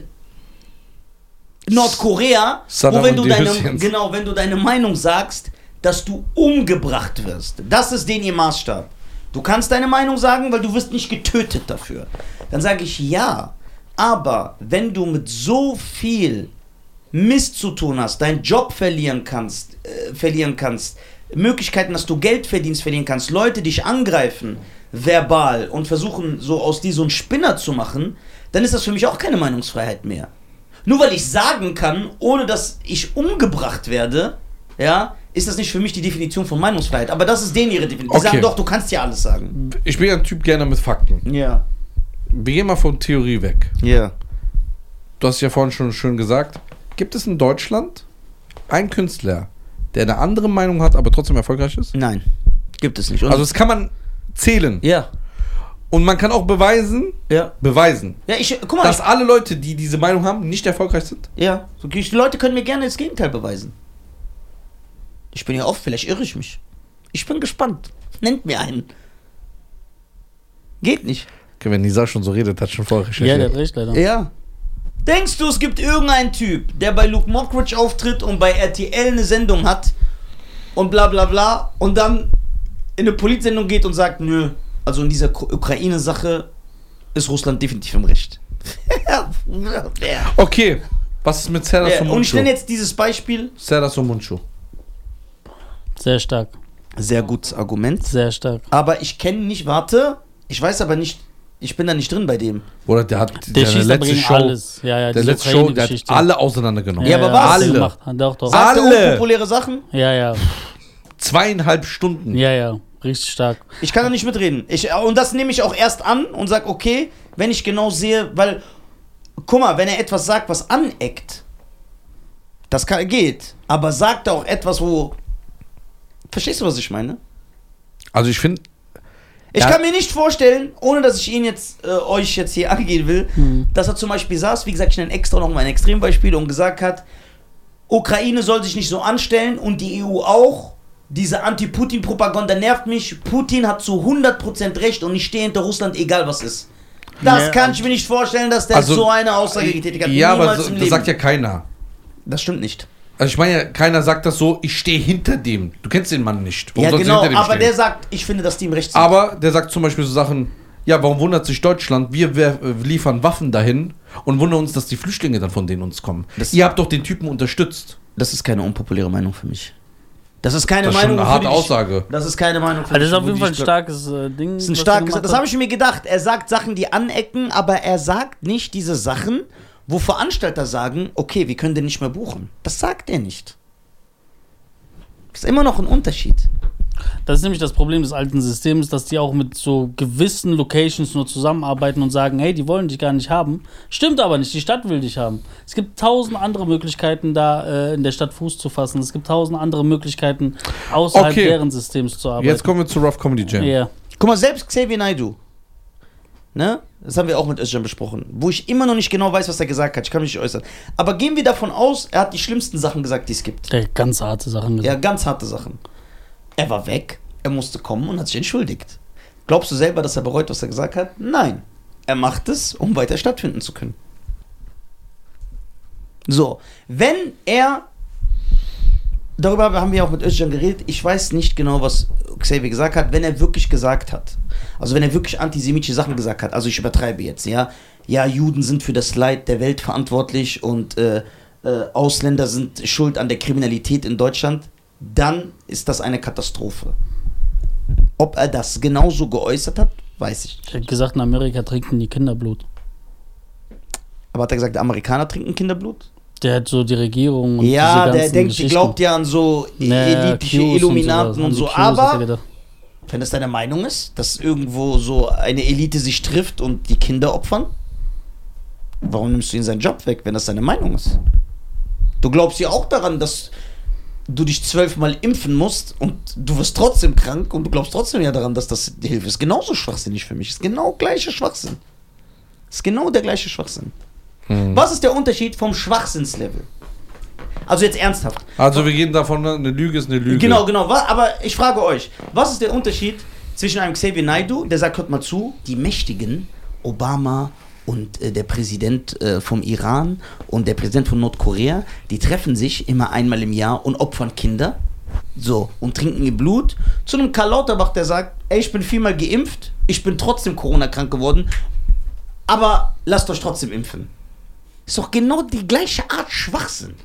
S1: Nordkorea,
S2: Saddam
S1: wo wenn
S2: und
S1: du
S2: die
S1: deine,
S2: Hüsschens.
S1: genau, wenn du deine Meinung sagst, dass du umgebracht wirst. Das ist den ihr Maßstab. Du kannst deine Meinung sagen, weil du wirst nicht getötet dafür. Dann sage ich ja, aber wenn du mit so viel Mist zu tun hast, deinen Job verlieren kannst, äh, verlieren kannst, Möglichkeiten, dass du Geld verdienst, verlieren kannst, Leute dich angreifen, verbal und versuchen, so aus dir so einen Spinner zu machen, dann ist das für mich auch keine Meinungsfreiheit mehr. Nur weil ich sagen kann, ohne dass ich umgebracht werde, ja, ist das nicht für mich die Definition von Meinungsfreiheit. Aber das ist denen ihre Definition. Die
S2: Okay.
S1: sagen doch, du kannst ja alles sagen.
S2: Ich bin ja ein Typ gerne mit Fakten.
S1: Ja.
S2: Wir gehen mal von Theorie weg.
S1: Ja.
S2: Du hast ja vorhin schon schön gesagt, gibt es in Deutschland einen Künstler, der eine andere Meinung hat, aber trotzdem erfolgreich ist?
S1: Nein, gibt es nicht. Und
S2: Also das kann man zählen.
S1: ja.
S2: Und man kann auch beweisen,
S1: Ja.
S2: beweisen,
S1: Ja, ich, guck mal.
S2: dass alle Leute, die diese Meinung haben, nicht erfolgreich sind.
S1: Ich, ja. So, die Leute können mir gerne das Gegenteil beweisen. Ich bin ja oft, vielleicht irre ich mich. Ich bin gespannt. Nennt mir einen. Geht nicht.
S2: Okay, wenn Nisa schon so redet, hat schon vorher
S3: Ja, der
S2: recherchiert.
S3: hat recht, leider.
S1: Ja. Denkst du, es gibt irgendeinen Typ, der bei Luke Mockridge auftritt und bei R T L eine Sendung hat und bla bla bla und dann in eine Politsendung geht und sagt, nö, also in dieser Ko- Ukraine-Sache ist Russland definitiv im Recht. Ja.
S2: Okay, was ist mit Serdar
S1: Ja, und ich
S2: Somuncu?
S1: nenne jetzt dieses Beispiel.
S2: Serdar Somuncu.
S3: Sehr stark.
S1: Sehr gutes Argument.
S3: Sehr stark.
S1: Aber ich kenne nicht, warte, ich weiß aber nicht, ich bin da nicht drin bei dem.
S2: Oder der hat
S3: Der
S2: seine
S3: schießt aber
S2: letzte
S3: gegen
S2: Show,
S3: alles. Ja, ja,
S2: der
S3: diese
S2: letzte Show, der hat
S3: Ukraine-Geschichte.
S2: alle auseinandergenommen.
S1: Ja, aber was?
S3: hat er
S2: Alle.
S3: gemacht. Doch, doch.
S1: Sagt er
S2: Alle.
S1: unpopuläre Sachen?
S3: Ja, ja.
S2: Zweieinhalb Stunden.
S3: Ja, ja. Richtig stark.
S1: Ich kann da nicht mitreden. Ich, und das nehme ich auch erst an und sage, okay, wenn ich genau sehe, weil, guck mal, wenn er etwas sagt, was aneckt, das kann, geht. Aber sagt er auch etwas, wo, verstehst du, was ich meine?
S2: Also ich finde...
S1: Ich
S2: Ja.
S1: kann mir nicht vorstellen, ohne dass ich ihn jetzt, äh, euch jetzt hier angehen will,
S3: Hm.
S1: dass er zum Beispiel saß, wie gesagt, ich nenne extra noch mal ein Extrembeispiel und gesagt hat, Ukraine soll sich nicht so anstellen und die E U auch. Diese Anti-Putin-Propaganda nervt mich. Putin hat zu hundert Prozent recht und ich stehe hinter Russland, egal was ist. Das
S3: Ja.
S1: kann ich mir nicht vorstellen, dass der
S2: Also,
S1: so eine Aussage getätigt hat.
S2: Ja, aber
S1: Niemals
S2: so,
S1: im
S2: das
S1: Leben.
S2: sagt ja keiner.
S1: Das stimmt nicht.
S2: Also ich meine ja, keiner sagt das so, ich stehe hinter dem. Du kennst den Mann nicht. Warum
S1: Ja,
S2: sollst du
S1: genau,
S2: hinter dem
S1: aber
S2: stehen?
S1: der sagt, ich finde, dass die im Recht sind.
S2: Aber der sagt zum Beispiel so Sachen, ja, warum wundert sich Deutschland? Wir, wir äh, liefern Waffen dahin und wundern uns, dass die Flüchtlinge dann von denen uns kommen.
S1: Das-
S2: Ihr habt doch den Typen unterstützt.
S1: Das ist keine unpopuläre Meinung für mich. Das ist keine
S2: Das ist schon
S1: Meinung,
S2: eine
S1: für
S2: harte
S1: die ich-
S2: Aussage.
S1: Das ist keine Meinung für
S3: Also das ist
S1: mich,
S3: auf
S1: wo
S3: jeden
S1: die
S3: Fall ein
S1: ich glaub-
S3: starkes äh, Ding.
S1: Das ist ein
S3: was er
S1: starkes,
S3: gemacht
S1: das
S3: hat.
S1: habe ich mir gedacht. Er sagt Sachen, die anecken, aber er sagt nicht diese Sachen, wo Veranstalter sagen, okay, wir können den nicht mehr buchen. Das sagt er nicht. Das ist immer noch ein Unterschied.
S3: Das ist nämlich das Problem des alten Systems, dass die auch mit so gewissen Locations nur zusammenarbeiten und sagen, hey, die wollen dich gar nicht haben. Stimmt aber nicht, die Stadt will dich haben. Es gibt tausend andere Möglichkeiten, da äh, in der Stadt Fuß zu fassen. Es gibt tausend andere Möglichkeiten, außerhalb
S2: Okay.
S3: deren Systems zu arbeiten.
S2: Jetzt kommen wir zu Rough Comedy Jam.
S3: Ja.
S1: Guck mal, selbst Xavier Naidoo, ne? Das haben wir auch mit Özcan besprochen, wo ich immer noch nicht genau weiß, was er gesagt hat. Ich kann mich nicht äußern. Aber gehen wir davon aus, er hat die schlimmsten Sachen gesagt, die es gibt.
S3: Der hat ganz harte Sachen gesagt.
S1: Ja, ganz harte Sachen. Er war weg, er musste kommen und hat sich entschuldigt. Glaubst du selber, dass er bereut, was er gesagt hat? Nein. Er macht es, um weiter stattfinden zu können. So, wenn er, darüber haben wir auch mit Özcan geredet, ich weiß nicht genau, was Xavier gesagt hat, wenn er wirklich gesagt hat, also wenn er wirklich antisemitische Sachen gesagt hat, also ich übertreibe jetzt, ja, ja, Juden sind für das Leid der Welt verantwortlich und äh, äh, Ausländer sind schuld an der Kriminalität in Deutschland, dann ist das eine Katastrophe. Ob er das genauso geäußert hat, weiß ich nicht.
S3: Er hat gesagt, in Amerika trinken die Kinderblut.
S1: Aber hat er gesagt, Amerikaner trinken Kinderblut?
S3: Der hat so die Regierung und
S1: Ja,
S3: diese
S1: der
S3: ganzen
S1: denkt, die
S3: Geschichten.
S1: glaubt ja an so
S3: Naja,
S1: elitische
S3: Qs
S1: Illuminaten und,
S3: sowas,
S1: so.
S3: an die Qs hat er
S1: Aber
S3: gedacht.
S1: wenn das deine Meinung ist, dass irgendwo so eine Elite sich trifft und die Kinder opfern, warum nimmst du ihm seinen Job weg, wenn das deine Meinung ist? Du glaubst ja auch daran, dass du dich zwölfmal impfen musst und du wirst trotzdem krank und du glaubst trotzdem ja daran, dass das die Hilfe ist. Genauso schwachsinnig für mich. Ist genau gleicher Schwachsinn. Ist genau der gleiche Schwachsinn.
S2: Hm.
S1: Was ist der Unterschied vom Schwachsinnslevel? Also jetzt ernsthaft.
S2: Also wir gehen davon, eine Lüge ist eine Lüge.
S1: Genau, genau. wa- Aber ich frage euch, was ist der Unterschied zwischen einem Xavier Naidoo, der sagt, hört mal zu, die Mächtigen, Obama und äh, der Präsident äh, vom Iran und der Präsident von Nordkorea, die treffen sich immer einmal im Jahr und opfern Kinder, so, und trinken ihr Blut, zu einem Karl Lauterbach, der sagt, ey, ich bin viermal geimpft, ich bin trotzdem Corona-krank geworden, aber lasst euch trotzdem impfen. Ist doch genau die gleiche Art Schwachsinn.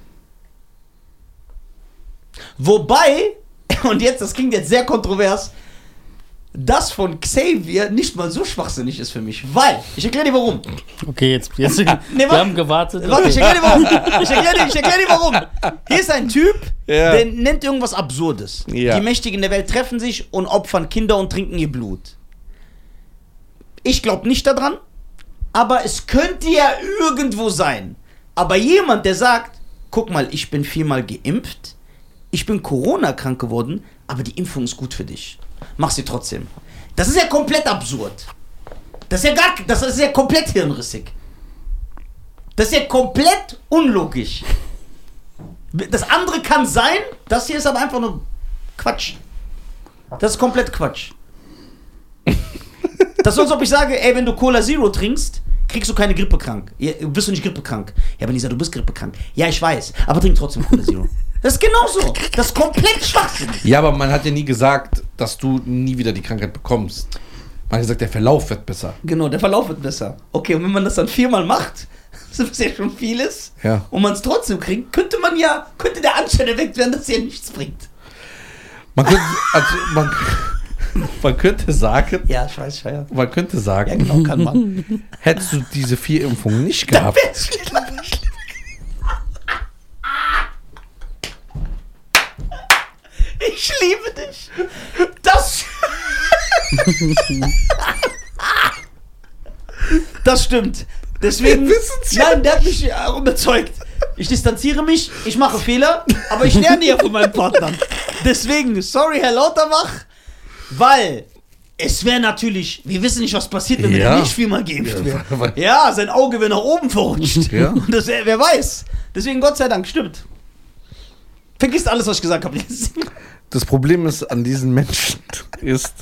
S1: Wobei, und jetzt, das klingt jetzt sehr kontrovers, das von Xavier nicht mal so schwachsinnig ist für mich. Weil, ich erkläre dir warum.
S3: Okay, jetzt, jetzt wir
S1: warte.
S3: haben gewartet.
S1: Warte, ich
S3: Okay.
S1: erkläre dir warum. Ich erkläre dir, ich erkläre dir warum. Hier ist ein Typ,
S2: Ja.
S1: der nennt irgendwas Absurdes.
S2: Ja.
S1: Die Mächtigen der Welt treffen sich und opfern Kinder und trinken ihr Blut. Ich glaube nicht daran, aber es könnte ja irgendwo sein. Aber jemand, der sagt, guck mal, ich bin viermal geimpft, ich bin Corona-krank geworden, aber die Impfung ist gut für dich. Mach sie trotzdem. Das ist ja komplett absurd. Das ist ja gar, das ist ja komplett hirnrissig. Das ist ja komplett unlogisch. Das andere kann sein, das hier ist aber einfach nur Quatsch. Das ist komplett Quatsch. Das ist so, als ob ich sage, ey, wenn du Cola Zero trinkst, kriegst du keine Grippe krank. Ja, bist du nicht grippekrank? Ja, wenn ich sage, du bist grippekrank. Ja, ich weiß, aber trink trotzdem Cola Zero. Das ist genauso. Das ist komplett schwachsinnig.
S2: Ja, aber man hat ja nie gesagt, dass du nie wieder die Krankheit bekommst. Man hat gesagt, der Verlauf wird besser.
S1: Genau, der Verlauf wird besser. Okay, und wenn man das dann viermal macht, was ja schon viel ist,
S2: Ja.
S1: und man es trotzdem kriegt, könnte man ja, könnte der Anschein erweckt werden, dass es ja nichts bringt.
S2: Man könnte, also man, man könnte sagen,
S1: Ja, ich weiß, ja.
S2: man könnte sagen,
S1: Ja, genau, kann man.
S2: hättest du diese vier Impfungen nicht
S1: Da
S2: gehabt,
S1: wär's schlimmer. Ich liebe dich. nicht. Das. Das stimmt. Deswegen. Nein, der hat mich auch überzeugt. Ich distanziere mich, ich mache Fehler, aber ich lerne ja von meinen Partnern. Deswegen, sorry, Herr Lauterbach, weil es wäre natürlich, wir wissen nicht, was passiert, wenn
S2: Ja.
S1: wir nicht viel mal geimpft
S2: Ja,
S1: wären. Ja, sein Auge wäre nach oben verrutscht.
S2: Ja.
S1: Und das, wer weiß. Deswegen, Gott sei Dank, stimmt. Vergisst alles, was ich gesagt habe.
S2: Das Problem ist an diesen Menschen ist,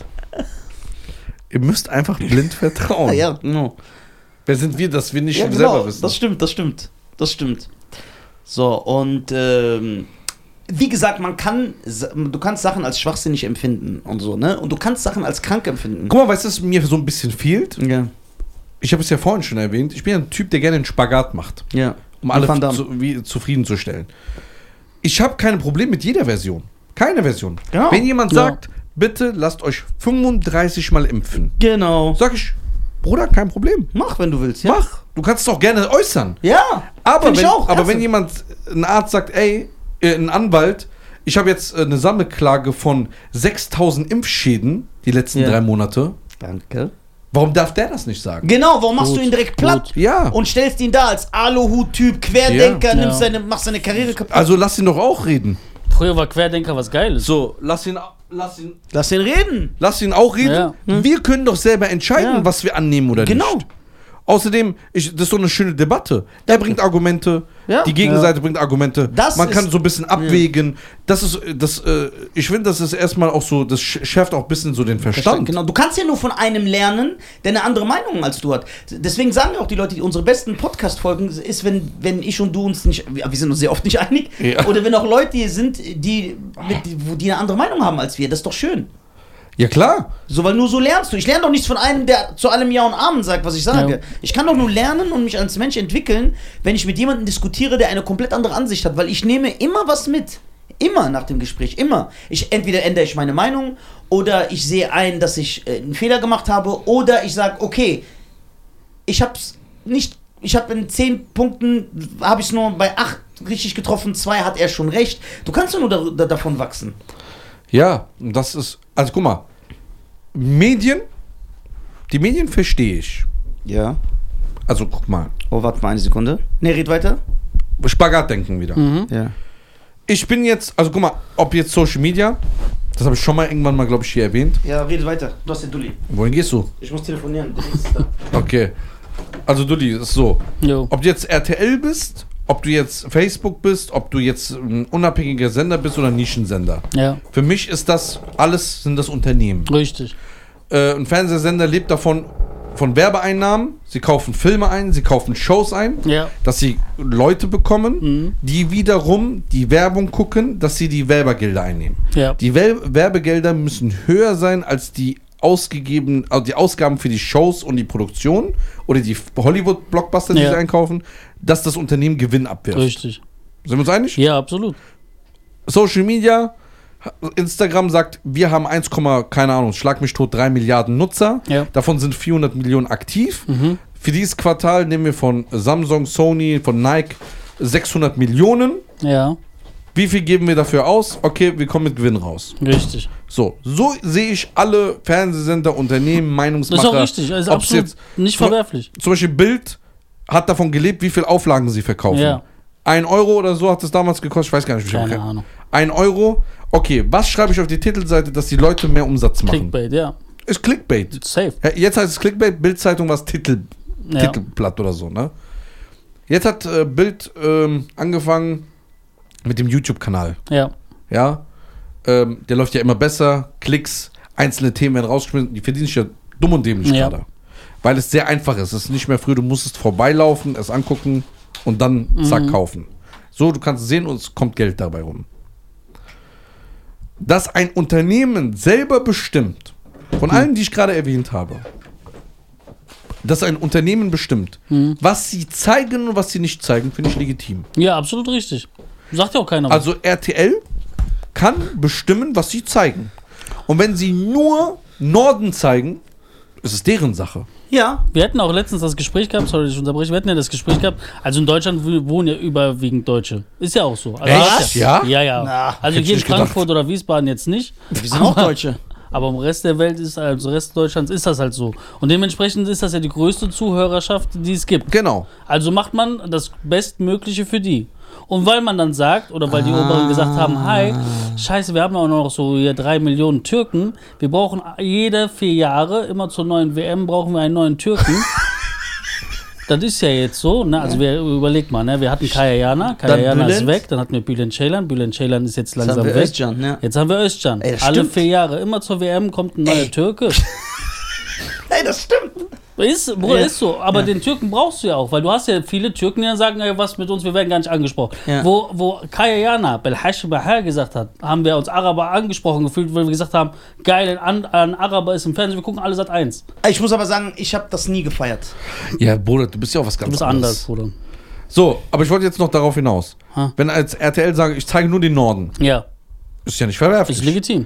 S2: ihr müsst einfach blind vertrauen.
S1: Ja, genau.
S2: Wer sind wir, dass wir nicht
S1: Ja,
S2: selber
S1: genau.
S2: wissen?
S1: Das stimmt, das stimmt. Das stimmt. So, und ähm, wie gesagt, man kann, du kannst Sachen als schwachsinnig empfinden und so, ne? Und du kannst Sachen als krank empfinden.
S2: Guck mal, weißt du, was mir so ein bisschen fehlt?
S1: Ja,
S2: Ich habe es ja vorhin schon erwähnt. Ich bin ja ein Typ, der gerne einen Spagat macht,
S1: ja.
S2: um alle
S1: Van Damme.
S2: zu, wie, zufriedenzustellen. Ich habe kein Problem mit jeder Version. Keine Version.
S1: Genau.
S2: Wenn jemand
S3: Ja.
S2: sagt, bitte lasst euch fünfunddreißig Mal impfen,
S1: Genau.
S2: sag ich, Bruder, kein Problem.
S1: Mach, wenn du willst, ja?
S2: Mach. Du kannst es auch gerne äußern.
S1: Ja.
S2: Aber,
S1: Find ich
S2: wenn,
S1: auch,
S2: aber
S1: ernsthaft.
S2: wenn jemand, ein Arzt sagt, ey, äh, ein Anwalt, ich habe jetzt äh, eine Sammelklage von sechstausend Impfschäden die letzten
S1: Ja.
S2: drei Monate,
S1: Danke.
S2: warum darf der das nicht sagen?
S1: Genau, warum machst
S3: Gut,
S1: du ihn direkt platt?
S3: gut.
S2: Ja.
S1: Und stellst ihn da als Aluhut-Typ, Querdenker,
S2: Ja.
S1: nimmst
S3: Ja.
S1: seine, machst seine Karriere kaputt.
S2: Also lass ihn doch auch reden.
S3: Früher war Querdenker was Geiles.
S2: So, lass ihn, lass ihn,
S1: Lass ihn reden.
S2: lass ihn auch reden.
S3: Ja.
S2: Wir können doch selber entscheiden,
S1: Ja.
S2: was wir annehmen oder
S1: Genau.
S2: nicht. Außerdem, ich, das ist so eine schöne Debatte. Er bringt Argumente,
S1: Ja.
S2: die Gegenseite bringt Argumente.
S1: Das
S2: Man
S1: ist-
S2: kann so ein bisschen abwägen. Das ist, das, äh, ich finde, das ist erstmal auch so, das sch- schärft auch ein bisschen so den Verstand.
S1: Genau, du kannst ja nur von einem lernen, der eine andere Meinung als du hat. Deswegen sagen ja auch die Leute, die unsere besten Podcast-Folgen ist, wenn, wenn ich und du uns nicht, wir sind uns sehr oft nicht einig,
S2: Ja.
S1: oder wenn auch Leute hier sind, die, mit, wo die eine andere Meinung haben als wir. Das ist doch schön.
S2: Ja, klar.
S1: So, weil nur so lernst du. Ich lerne doch nichts von einem, der zu allem Ja und Amen sagt, was ich sage.
S3: Ja.
S1: Ich kann doch nur lernen und mich als Mensch entwickeln, wenn ich mit jemandem diskutiere, der eine komplett andere Ansicht hat, weil ich nehme immer was mit. Immer nach dem Gespräch, immer. Ich, entweder ändere ich meine Meinung oder ich sehe ein, dass ich äh, einen Fehler gemacht habe oder ich sage, okay, ich hab's nicht, ich habe in zehn Punkten, habe ich es nur bei acht richtig getroffen, zwei hat er schon recht. Du kannst doch nur da, da, davon wachsen.
S2: Ja, und das ist, also guck mal, Medien, die Medien verstehe ich.
S1: Ja.
S2: Also guck mal,
S1: Oh, warte mal eine Sekunde. Ne, red weiter.
S2: Spagatdenken wieder.
S3: Mhm.
S1: Ja.
S2: Ich bin jetzt, also guck mal, ob jetzt Social Media, das habe ich schon mal irgendwann mal, glaube ich, hier erwähnt.
S1: Ja, red weiter. Du hast den Dulli.
S2: Wohin gehst du?
S1: Ich muss telefonieren. Der ist da.
S2: Okay. Also Dulli, ist so.
S3: Jo.
S2: Ob du jetzt R T L bist, ob du jetzt Facebook bist, ob du jetzt ein unabhängiger Sender bist oder ein Nischensender.
S3: Ja,
S2: Für mich ist das, alles sind das Unternehmen.
S3: richtig.
S2: Äh, ein Fernsehsender lebt davon, von Werbeeinnahmen. Sie kaufen Filme ein, sie kaufen Shows ein,
S3: Ja.
S2: dass sie Leute bekommen,
S3: Mhm.
S2: die wiederum die Werbung gucken, dass sie die Werbegelder einnehmen.
S3: Ja.
S2: Die Wel- Werbegelder müssen höher sein als die ausgegeben, also die Ausgaben für die Shows und die Produktion oder die Hollywood-Blockbuster, die
S3: Ja.
S2: sie einkaufen, dass das Unternehmen Gewinn abwirft.
S3: Richtig.
S2: Sind wir uns einig?
S3: Ja, absolut.
S2: Social Media, Instagram sagt, wir haben eins, keine Ahnung, schlag mich tot, drei Milliarden Nutzer.
S3: Ja.
S2: Davon sind vierhundert Millionen aktiv.
S3: Mhm.
S2: Für dieses Quartal nehmen wir von Samsung, Sony, von Nike sechshundert Millionen.
S3: Ja,
S2: Wie viel geben wir dafür aus? Okay, wir kommen mit Gewinn raus.
S3: richtig.
S2: So, so sehe ich alle Fernsehsender, Unternehmen,
S3: Das
S2: Meinungsmacher.
S3: ist auch richtig. Das ist
S2: Ob's
S3: absolut
S2: jetzt-
S3: nicht
S2: zum-
S3: verwerflich.
S2: Zum Beispiel Bild hat davon gelebt, wie viel Auflagen sie verkaufen.
S3: Ja.
S2: Ein Euro oder so hat es damals gekostet, ich weiß gar nicht, wie viel.
S3: Keine Ahnung.
S2: Ein Euro, okay, was schreibe ich auf die Titelseite, dass die Leute mehr Umsatz machen?
S3: Clickbait, ja.
S2: Ist Clickbait.
S3: Safe.
S2: Ja, jetzt heißt es Clickbait, Bildzeitung war es Titel,
S3: Ja.
S2: Titelblatt oder so, ne? Jetzt hat äh, Bild ähm, angefangen mit dem YouTube-Kanal,
S3: Ja.
S2: ja? Ähm, der läuft ja immer besser, Klicks, einzelne Themen werden rausgeschmissen, die verdienen sich ja dumm und dämlich
S3: Ja.
S2: gerade. Weil es sehr einfach ist. Es ist nicht mehr früh, du musstest vorbeilaufen, es angucken und dann zack
S3: Mhm.
S2: kaufen. So, du kannst es sehen und es kommt Geld dabei rum. Dass ein Unternehmen selber bestimmt, von allen, die ich gerade erwähnt habe, dass ein Unternehmen bestimmt,
S3: Mhm.
S2: was sie zeigen und was sie nicht zeigen, finde ich legitim.
S3: Ja, absolut richtig. Sagt ja auch keiner. was.
S2: Also R T L kann bestimmen, was sie zeigen. Und wenn sie nur Norden zeigen, Es ist deren Sache.
S1: Ja.
S3: Wir hatten auch letztens das Gespräch gehabt, sorry, ich unterbreche, wir hatten ja das Gespräch gehabt, also in Deutschland wohnen ja überwiegend Deutsche. Ist ja auch so. Also
S2: Echt?
S3: Ja?
S2: Ja?
S3: Ja, ja.
S1: Na,
S3: also
S2: hätte
S3: hier in
S2: ich nicht gedacht.
S3: Frankfurt oder Wiesbaden jetzt nicht.
S1: Wir sind auch Deutsche.
S3: Aber im Rest der Welt ist, also im Rest Deutschlands ist das halt so. Und dementsprechend ist das ja die größte Zuhörerschaft, die es gibt.
S2: Genau.
S3: Also macht man das Bestmögliche für die. Und weil man dann sagt, oder weil die
S1: Ah.
S3: Oberen gesagt haben, hi, scheiße, wir haben auch noch so hier drei Millionen Türken, wir brauchen jede vier Jahre, immer zur neuen W M brauchen wir einen neuen Türken. Das ist ja jetzt so, ne? Also wir überleg mal, ne? Wir hatten Kaya Jana, Kaya
S1: Dann
S3: Jana ist
S1: Bülent.
S3: weg, dann hatten wir Bülent Ceylan, Bülent Ceylan ist jetzt langsam
S1: haben wir
S3: weg.
S1: Özcan, ja.
S3: Jetzt haben wir Özcan.
S1: Ey, das
S3: Alle
S1: stimmt.
S3: vier Jahre, immer zur W M kommt ein neuer
S1: Ey.
S3: Türke.
S1: Ey, das stimmt.
S3: Ist, Bruder,
S1: Ja.
S3: ist so. Aber
S1: Ja.
S3: den Türken brauchst du ja auch, weil du hast ja viele Türken, die dann sagen, ey, was mit uns, wir werden gar nicht angesprochen.
S1: Ja.
S3: Wo, wo Kaya Jana, Belhash Bahar gesagt hat, haben wir uns Araber angesprochen gefühlt, weil wir gesagt haben, geil, ein, ein Araber ist im Fernsehen, wir gucken alle Sat eins.
S1: Ich muss aber sagen, ich habe das nie gefeiert.
S2: Ja, Bruder, du bist ja auch was ganz
S3: Du bist
S2: anderes.
S3: anders, Bruder.
S2: So, aber ich wollte jetzt noch darauf hinaus.
S3: Ha.
S2: Wenn als R T L sage, ich zeige nur den Norden,
S3: Ja,
S2: ist ja nicht verwerflich.
S3: ist legitim.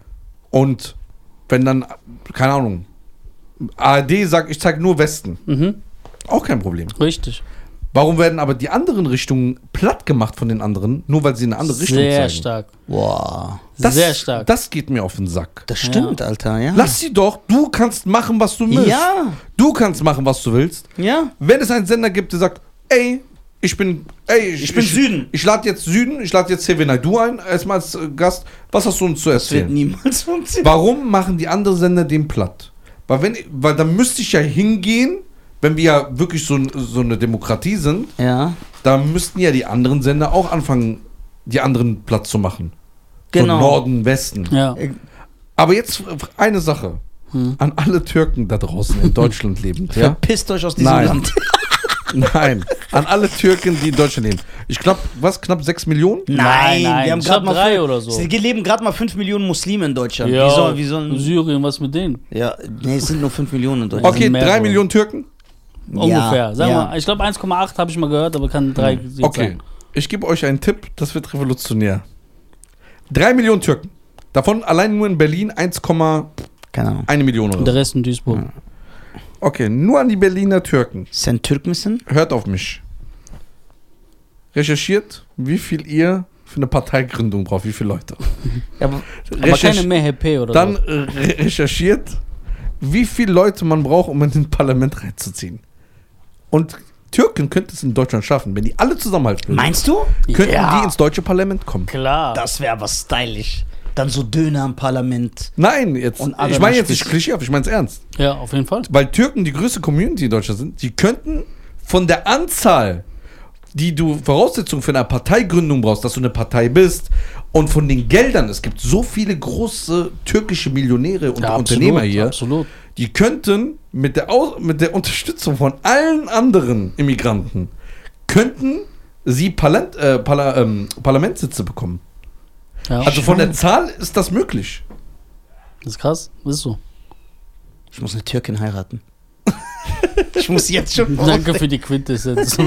S2: Und wenn dann, keine Ahnung, A R D sagt, ich zeige nur Westen,
S3: Mhm.
S2: auch kein Problem.
S3: Richtig.
S2: Warum werden aber die anderen Richtungen platt gemacht von den anderen, nur weil sie in eine andere Richtung
S3: Sehr
S2: zeigen?
S3: stark.
S1: Boah.
S2: Das,
S3: Sehr stark.
S2: Das geht mir auf den Sack.
S1: Das stimmt, Alter, ja.
S2: Lass sie doch, du kannst machen, was du willst.
S1: Ja.
S2: Du kannst machen, was du willst.
S1: Ja.
S2: Wenn es einen Sender gibt, der sagt, ey, ich bin, ey, ich,
S1: Ich bin Süden.
S2: Ich lade jetzt Süden, ich lade jetzt Seven Naidu ein, erstmal als äh, Gast. Was hast du uns zu
S1: Das wird
S2: erzählen?
S1: niemals funktionieren.
S2: Warum machen die anderen Sender den platt? Weil, wenn, weil dann müsste ich ja hingehen, wenn wir ja wirklich so, so eine Demokratie sind,
S1: Ja.
S2: da müssten ja die anderen Sender auch anfangen, die anderen platt zu machen.
S1: Genau.
S2: Von Norden, Westen.
S3: Ja.
S2: Aber jetzt eine Sache.
S3: Hm.
S2: An alle Türken da draußen in Deutschland lebend. Ja?
S1: Verpisst euch aus diesem
S2: Nein.
S1: Land.
S2: Nein. An alle Türken, die in Deutschland leben. Ich glaube, was? Knapp sechs Millionen?
S3: Nein, nein,
S1: wir haben
S3: ich
S1: gerade
S3: glaub
S1: mal
S3: drei
S1: fünf-
S3: oder so.
S1: Es leben gerade mal fünf Millionen Muslime in Deutschland.
S3: Ja,
S1: Wie soll, wie sollen,
S3: Syrien, was mit denen?
S1: ja, nee, es sind nur fünf Millionen in Deutschland.
S2: Okay,
S3: sind mehr,
S2: drei
S3: oder?
S2: Millionen Türken?
S3: Ungefähr. Sagen
S1: ja.
S3: wir mal, ich glaube eins Komma acht habe ich mal gehört, aber kann drei jetzt
S2: Okay.
S3: sein.
S2: Ich gebe euch einen Tipp, das wird revolutionär. Drei Millionen Türken. Davon allein nur in Berlin eins Komma
S1: Keine Ahnung.
S2: eins Million oder
S3: Und der
S2: so.
S3: Rest in Duisburg.
S2: Okay, nur an die Berliner Türken.
S1: Sen Türk misin?
S2: Hört auf mich. Recherchiert, wie viel ihr für eine Parteigründung braucht, wie viele Leute.
S1: Ja, aber
S3: Aber keine mehr H P oder
S2: Dann
S3: so.
S2: äh, re- recherchiert, wie viele Leute man braucht, um in ein Parlament reinzuziehen. Und Türken könnte es in Deutschland schaffen, wenn die alle zusammenhalten würden.
S1: meinst du?
S2: Könnten
S1: Ja.
S2: die ins deutsche Parlament kommen.
S3: Klar.
S1: Das wäre aber stylisch. Dann so Döner im Parlament.
S2: Nein, jetzt,
S1: Und
S2: ich
S1: Adana
S2: meine jetzt nicht
S1: Spitz.
S2: klischeehaft, ich meine es ernst.
S3: Ja, auf jeden Fall.
S2: Weil Türken die größte Community in Deutschland sind, die könnten von der Anzahl, die du Voraussetzungen für eine Parteigründung brauchst, dass du eine Partei bist, und von den Geldern, es gibt so viele große türkische Millionäre und
S3: Ja,
S2: Unternehmer
S3: absolut,
S2: hier,
S3: Absolut.
S2: die könnten mit der, Aus mit der Unterstützung von allen anderen Immigranten, könnten sie Parlament, äh, Parla ähm, Parlamentssitze bekommen.
S3: Ja,
S2: Also von der Zahl ist das möglich.
S3: das ist krass. Das ist so.
S1: Ich muss eine Türkin heiraten. Ich muss jetzt schon.
S3: Danke für die Quintessenz.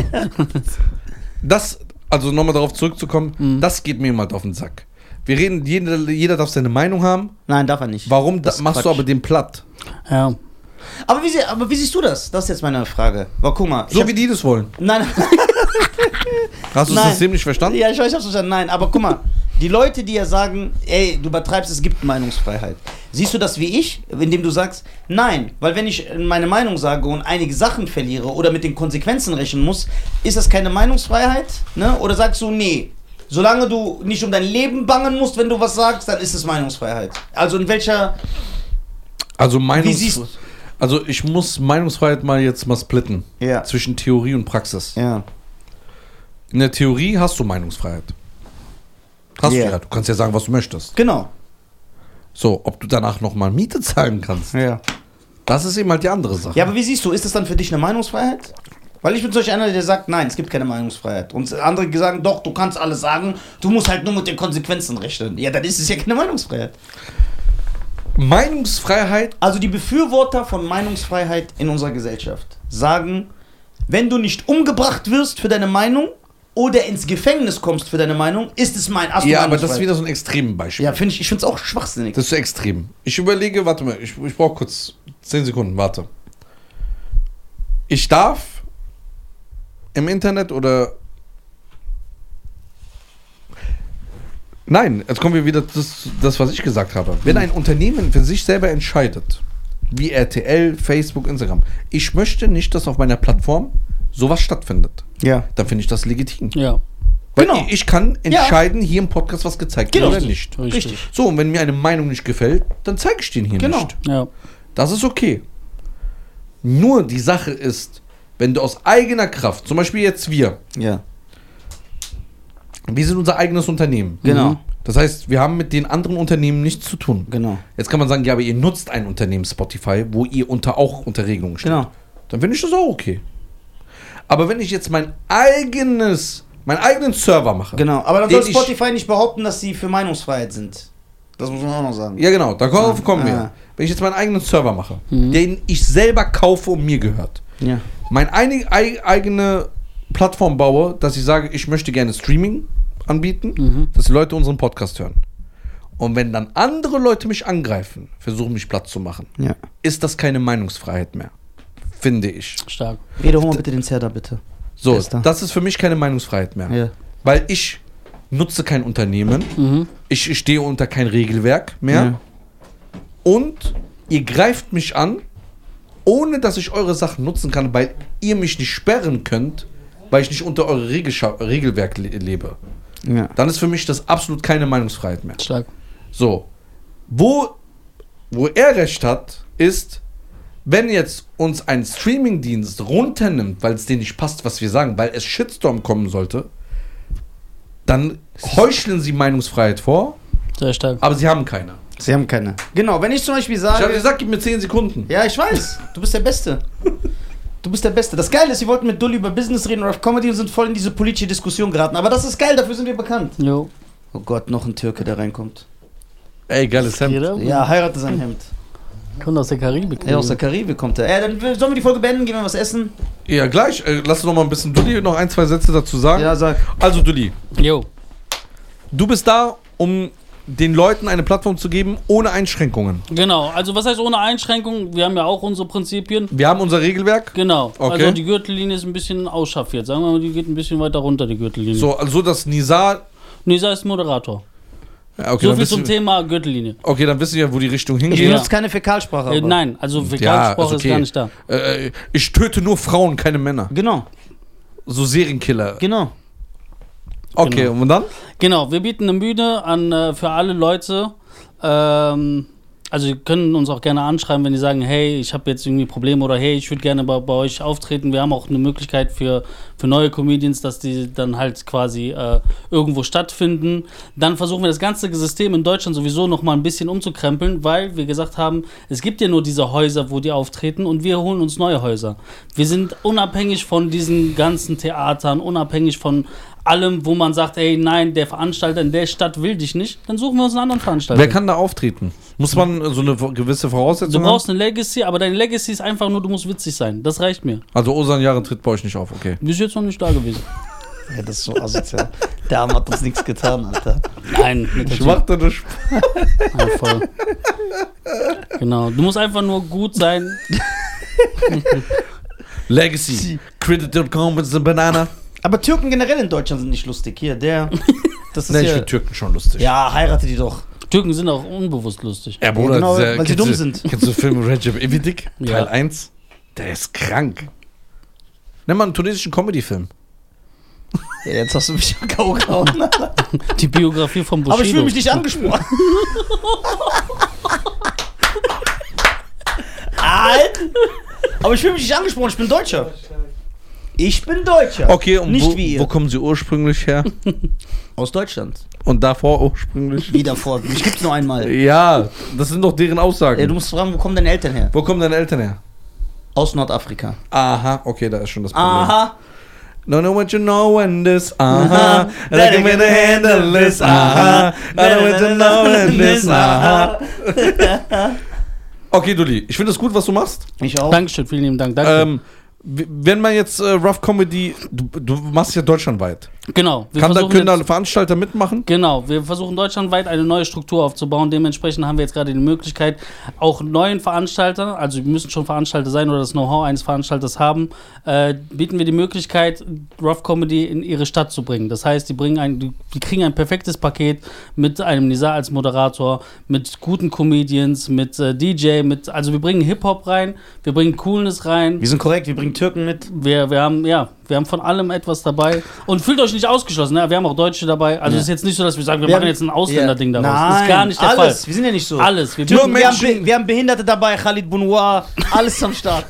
S2: Das, also nochmal darauf zurückzukommen,
S3: Mhm.
S2: das geht mir mal auf den Sack. Wir reden, jeder, jeder darf seine Meinung haben.
S1: Nein, darf er nicht.
S2: Warum
S1: Das
S2: da,
S1: ist
S2: machst du
S1: Quatsch.
S2: aber den platt?
S3: Ja.
S1: Aber wie, sie- aber wie siehst du das? Das ist jetzt meine Frage. Aber guck mal. ich
S2: So
S1: hab-
S2: wie die das wollen.
S1: Nein.
S2: Hast du das
S1: Nein.
S2: System nicht verstanden?
S1: Ja, ich weiß, ich hab's verstanden. Nein, aber guck mal. Die Leute, die ja sagen, ey, du übertreibst, es gibt Meinungsfreiheit. Siehst du das wie ich, indem du sagst, nein, weil wenn ich meine Meinung sage und einige Sachen verliere oder mit den Konsequenzen rechnen muss, ist das keine Meinungsfreiheit? Ne? Oder sagst du, nee, solange du nicht um dein Leben bangen musst, wenn du was sagst, dann ist es Meinungsfreiheit. Also in welcher...
S2: Also
S1: Wie siehst
S2: Meinungs Also ich muss Meinungsfreiheit mal jetzt mal splitten.
S1: Ja.
S2: Zwischen Theorie und Praxis.
S1: Ja.
S2: In der Theorie hast du Meinungsfreiheit. Hast
S1: Ja.
S2: du ja. Du kannst ja sagen, was du möchtest.
S1: Genau.
S2: So, ob du danach nochmal Miete zahlen kannst,
S1: Ja.
S2: das ist eben halt die andere Sache.
S1: Ja, aber wie siehst du, ist das dann für dich eine Meinungsfreiheit? Weil ich bin zum Beispiel einer, der sagt, nein, es gibt keine Meinungsfreiheit. Und andere sagen, doch, du kannst alles sagen, du musst halt nur mit den Konsequenzen rechnen. Ja, dann ist es ja keine Meinungsfreiheit.
S2: Meinungsfreiheit,
S1: Also die Befürworter von Meinungsfreiheit in unserer Gesellschaft sagen, wenn du nicht umgebracht wirst für deine Meinung oder ins Gefängnis kommst für deine Meinung, ist es mein hast du
S2: ja, aber das ist
S1: Meinungsfreiheit.
S2: wieder so ein extremes Beispiel.
S1: Ja, finde ich, ich finde es auch schwachsinnig.
S2: Das ist so extrem. Ich überlege, warte mal, ich, ich brauche kurz zehn Sekunden, warte. Ich darf im Internet oder... Nein, jetzt kommen wir wieder das, das, was ich gesagt habe. Wenn ein Unternehmen für sich selber entscheidet, wie R T L, Facebook, Instagram, ich möchte nicht, dass auf meiner Plattform sowas stattfindet,
S1: Ja.
S2: dann finde ich das legitim.
S3: Ja.
S2: Weil
S1: Genau.
S2: ich, ich kann entscheiden, hier im Podcast was gezeigt wird
S1: Genau.
S2: oder nicht.
S3: Richtig.
S2: So, und wenn mir eine Meinung nicht gefällt, dann zeige ich den hier
S1: Genau.
S2: nicht.
S3: Ja.
S2: Das ist okay. Nur die Sache ist, wenn du aus eigener Kraft, zum Beispiel jetzt wir,
S1: Ja.
S2: wir sind unser eigenes Unternehmen.
S1: Genau.
S2: Mhm. Das heißt, wir haben mit den anderen Unternehmen nichts zu tun.
S1: Genau.
S2: Jetzt kann man sagen, ja, aber ihr nutzt ein Unternehmen Spotify, wo ihr unter auch unter Regelungen steht.
S1: Genau.
S2: Dann finde ich das auch okay. Aber wenn ich jetzt mein eigenes, meinen eigenen Server mache.
S1: Genau. Aber dann
S2: den
S1: soll Spotify nicht behaupten, dass sie für Meinungsfreiheit sind. Das muss man auch noch sagen.
S2: Ja, genau, darauf
S1: Ah,
S2: kommen wir.
S1: ah.
S2: Wenn ich jetzt meinen eigenen Server mache,
S3: Mhm.
S2: den ich selber kaufe und mir gehört,
S1: Ja.
S2: mein einig, ei, eigene Plattform baue, dass ich sage, ich möchte gerne Streaming anbieten,
S3: Mhm.
S2: dass die Leute unseren Podcast hören. Und wenn dann andere Leute mich angreifen, versuchen mich platt zu machen,
S1: Ja.
S2: ist das keine Meinungsfreiheit mehr. Finde ich.
S3: Stark.
S1: Rede, hol mal bitte den Zerda, bitte.
S2: So,
S1: Bester.
S2: das ist für mich keine Meinungsfreiheit mehr.
S1: Ja.
S2: Weil ich nutze kein Unternehmen,
S3: Mhm.
S2: ich stehe unter kein Regelwerk mehr
S1: Ja.
S2: und ihr greift mich an, ohne dass ich eure Sachen nutzen kann, weil ihr mich nicht sperren könnt, weil ich nicht unter eure Regelscha- Regelwerk le lebe.
S1: Ja.
S2: Dann ist für mich das absolut keine Meinungsfreiheit mehr.
S3: Stark.
S2: So, wo, wo er recht hat, ist, wenn jetzt uns ein Streamingdienst runternimmt, weil es denen nicht passt, was wir sagen, weil es Shitstorm kommen sollte, dann heucheln sie Meinungsfreiheit vor,
S3: Sehr stark.
S2: aber sie haben keine.
S1: Sie haben keine. Genau, wenn ich zum Beispiel
S2: Ich habe
S1: sage.
S2: gesagt, gib mir zehn Sekunden.
S1: Ja, ich weiß. Du bist der Beste. Du bist der Beste. Das Geile ist, wir wollten mit Dulli über Business reden oder auf Comedy und sind voll in diese politische Diskussion geraten. Aber das ist geil, dafür sind wir bekannt.
S3: Jo.
S1: Oh Gott, noch ein Türke, der reinkommt.
S2: Ey, geiles Hemd.
S3: Jeder
S1: Ja, heiratet sein Hemd.
S3: kommt aus der Karibik.
S1: Ja, aus der Karibik kommt er. Ja, dann sollen wir die Folge beenden, gehen wir was essen?
S2: Ja, gleich. Äh, lass uns noch mal ein bisschen Dulli noch ein, zwei Sätze dazu sagen.
S1: Ja, sag.
S2: Also, Dulli,
S3: Jo.
S2: du bist da, um den Leuten eine Plattform zu geben, ohne Einschränkungen.
S3: Genau. Also was heißt ohne Einschränkung? Wir haben ja auch unsere Prinzipien.
S2: Wir haben unser Regelwerk.
S3: Genau.
S2: Okay.
S3: Also die Gürtellinie ist ein bisschen ausschaffiert. Sagen wir mal, die geht ein bisschen weiter runter, die Gürtellinie.
S2: So, also dass Nizar...
S3: Nisa ist Moderator.
S2: Ja, okay,
S3: so
S2: dann
S3: viel
S2: wissen
S3: zum
S2: wir-
S3: Thema Gürtellinie.
S2: Okay, dann wissen wir, wo die Richtung
S1: Ich
S2: hingeht.
S3: Ja.
S1: benutze keine Fäkalsprache.
S3: Äh,
S1: aber.
S3: nein, also
S2: Ja,
S3: Fäkalsprache
S2: ist
S3: ist gar nicht da.
S2: Äh, ich töte nur Frauen, keine Männer.
S1: Genau,
S2: So Serienkiller.
S1: genau.
S2: Okay,
S3: Genau.
S2: und dann?
S3: Genau, wir bieten eine Bühne an äh, für alle Leute. Ähm, also ihr können uns auch gerne anschreiben, wenn die sagen, hey, ich habe jetzt irgendwie Probleme oder hey, ich würde gerne bei, bei euch auftreten. Wir haben auch eine Möglichkeit für, für neue Comedians, dass die dann halt quasi äh, irgendwo stattfinden. Dann versuchen wir das ganze System in Deutschland sowieso nochmal ein bisschen umzukrempeln, weil wir gesagt haben, es gibt ja nur diese Häuser, wo die auftreten und wir holen uns neue Häuser. Wir sind unabhängig von diesen ganzen Theatern, unabhängig von allem, wo man sagt, ey, nein, der Veranstalter in der Stadt will dich nicht, dann suchen wir uns einen anderen Veranstalter.
S2: Wer kann da auftreten? Muss man so eine gewisse
S3: Du
S2: Voraussetzung haben?
S3: brauchst eine Legacy, aber deine Legacy ist einfach nur, du musst witzig sein. Das reicht mir.
S2: Also Osan Jahre tritt bei euch nicht auf, okay.
S3: Bist jetzt noch nicht da gewesen.
S1: Ja, das ist so asozial. Der Arm hat uns nichts getan, Alter.
S3: Nein, nicht
S2: Ich mach da das Sp-
S3: ja, voll. Genau. Du musst einfach nur gut sein.
S2: Legacy. Credit dot com with the banana.
S1: Aber Türken generell in Deutschland sind nicht lustig. Hier, der. Das ist
S2: Ne, ich
S1: ja.
S2: finde Türken schon lustig.
S1: Ja, heirate die doch.
S3: Türken sind auch unbewusst lustig.
S2: Ja, Bruder,
S1: genau,
S2: dieser-
S1: weil sie
S2: kennst
S1: dumm
S2: du-
S1: sind.
S2: Kennst du den Film Recep Evedik?
S3: Ja.
S2: Teil eins? Der ist krank. Nimm mal einen tunesischen Comedy-Film.
S1: Ja, jetzt hast du mich ja K O gehauen.
S3: Die Biografie von Bushido.
S1: Aber ich fühle mich nicht angesprochen. Alter. Aber ich fühle mich nicht angesprochen, ich bin Deutscher. Ich bin Deutscher.
S2: Okay, und
S1: nicht
S2: wo,
S1: wie ihr.
S2: wo kommen sie ursprünglich her?
S1: Aus Deutschland.
S2: Und davor ursprünglich?
S1: Wieder vor. Mich gibt's nur einmal.
S2: Ja, das sind doch deren Aussagen.
S1: Ja, du musst fragen, wo kommen deine Eltern her?
S2: Wo kommen deine Eltern her?
S1: Aus Nordafrika.
S2: Aha, okay, da ist schon das Problem.
S1: Aha.
S2: No, no, what you know when this, aha. And I can better handle this, aha. I know what you know when this, aha. Okay, Dulli, ich finde es gut, was du machst.
S1: Ich auch.
S3: Dankeschön, vielen lieben Dank. Danke.
S2: Ähm, w- wenn man jetzt äh, Rough Comedy, du, du machst ja deutschlandweit.
S3: Genau. Wir
S2: Kann da,
S3: versuchen
S2: können da
S3: jetzt-
S2: Veranstalter mitmachen?
S3: Genau, wir versuchen deutschlandweit eine neue Struktur aufzubauen. Dementsprechend haben wir jetzt gerade die Möglichkeit, auch neuen Veranstaltern, also wir müssen schon Veranstalter sein oder das Know-how eines Veranstalters haben, äh, bieten wir die Möglichkeit, Rough Comedy in ihre Stadt zu bringen. Das heißt, die bringen ein, die, die kriegen ein perfektes Paket mit einem Nizar als Moderator, mit guten Comedians, mit äh, D J, mit, also wir bringen Hip-Hop rein, wir bringen Coolness rein.
S1: Wir sind korrekt, wir bringen Türken mit.
S3: Wir, wir haben, ja, wir haben von allem etwas dabei. Und fühlt euch nicht ausgeschlossen, ne? Wir haben auch Deutsche dabei. Also
S1: Ja.
S3: es ist jetzt nicht so, dass wir sagen, wir,
S1: Wir
S3: machen
S1: haben-
S3: jetzt ein Ausländerding daraus.
S1: Nein,
S3: Das ist gar nicht der
S1: alles.
S3: Fall.
S1: Wir sind ja nicht so.
S3: Alles. Wir
S1: Türken,
S3: bieten
S1: wir, haben,
S3: Menschen-
S1: Be- wir haben Behinderte dabei, Khalid Bounoir, alles am Start.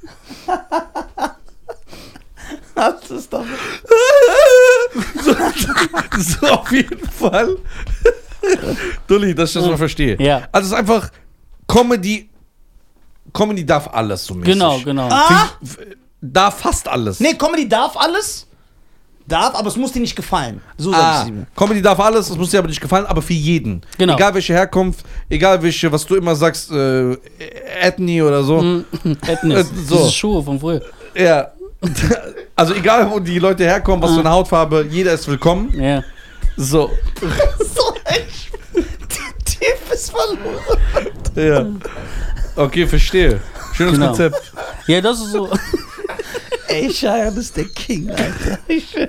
S1: Das ist doch...
S2: so, so auf jeden Fall. Dulli, dass ich das mal verstehe.
S3: Ja.
S2: Also es ist einfach Comedy. Comedy darf alles so mäßig.
S3: Genau, genau.
S1: Ah!
S2: Darf fast alles.
S1: Nee, Comedy darf alles. Darf, aber es muss dir nicht gefallen. So sag
S2: Ah,
S1: ich es
S2: Comedy darf alles, das muss dir aber nicht gefallen, aber für jeden.
S3: Genau.
S2: Egal welche Herkunft, egal welche, was du immer sagst, äh, Ethnie oder so.
S3: Ethnis.
S2: Äh, so.
S3: Diese Schuhe von früher.
S2: Ja. Also egal, wo die Leute herkommen, was für eine Hautfarbe, jeder ist willkommen.
S3: Ja.
S2: So.
S1: So echt. Der Typ ist verloren.
S2: Ja. Okay, verstehe. Schönes
S3: Genau.
S2: Konzept.
S3: Ja, das ist so.
S1: Ey, Cheyenne ist der King, Alter.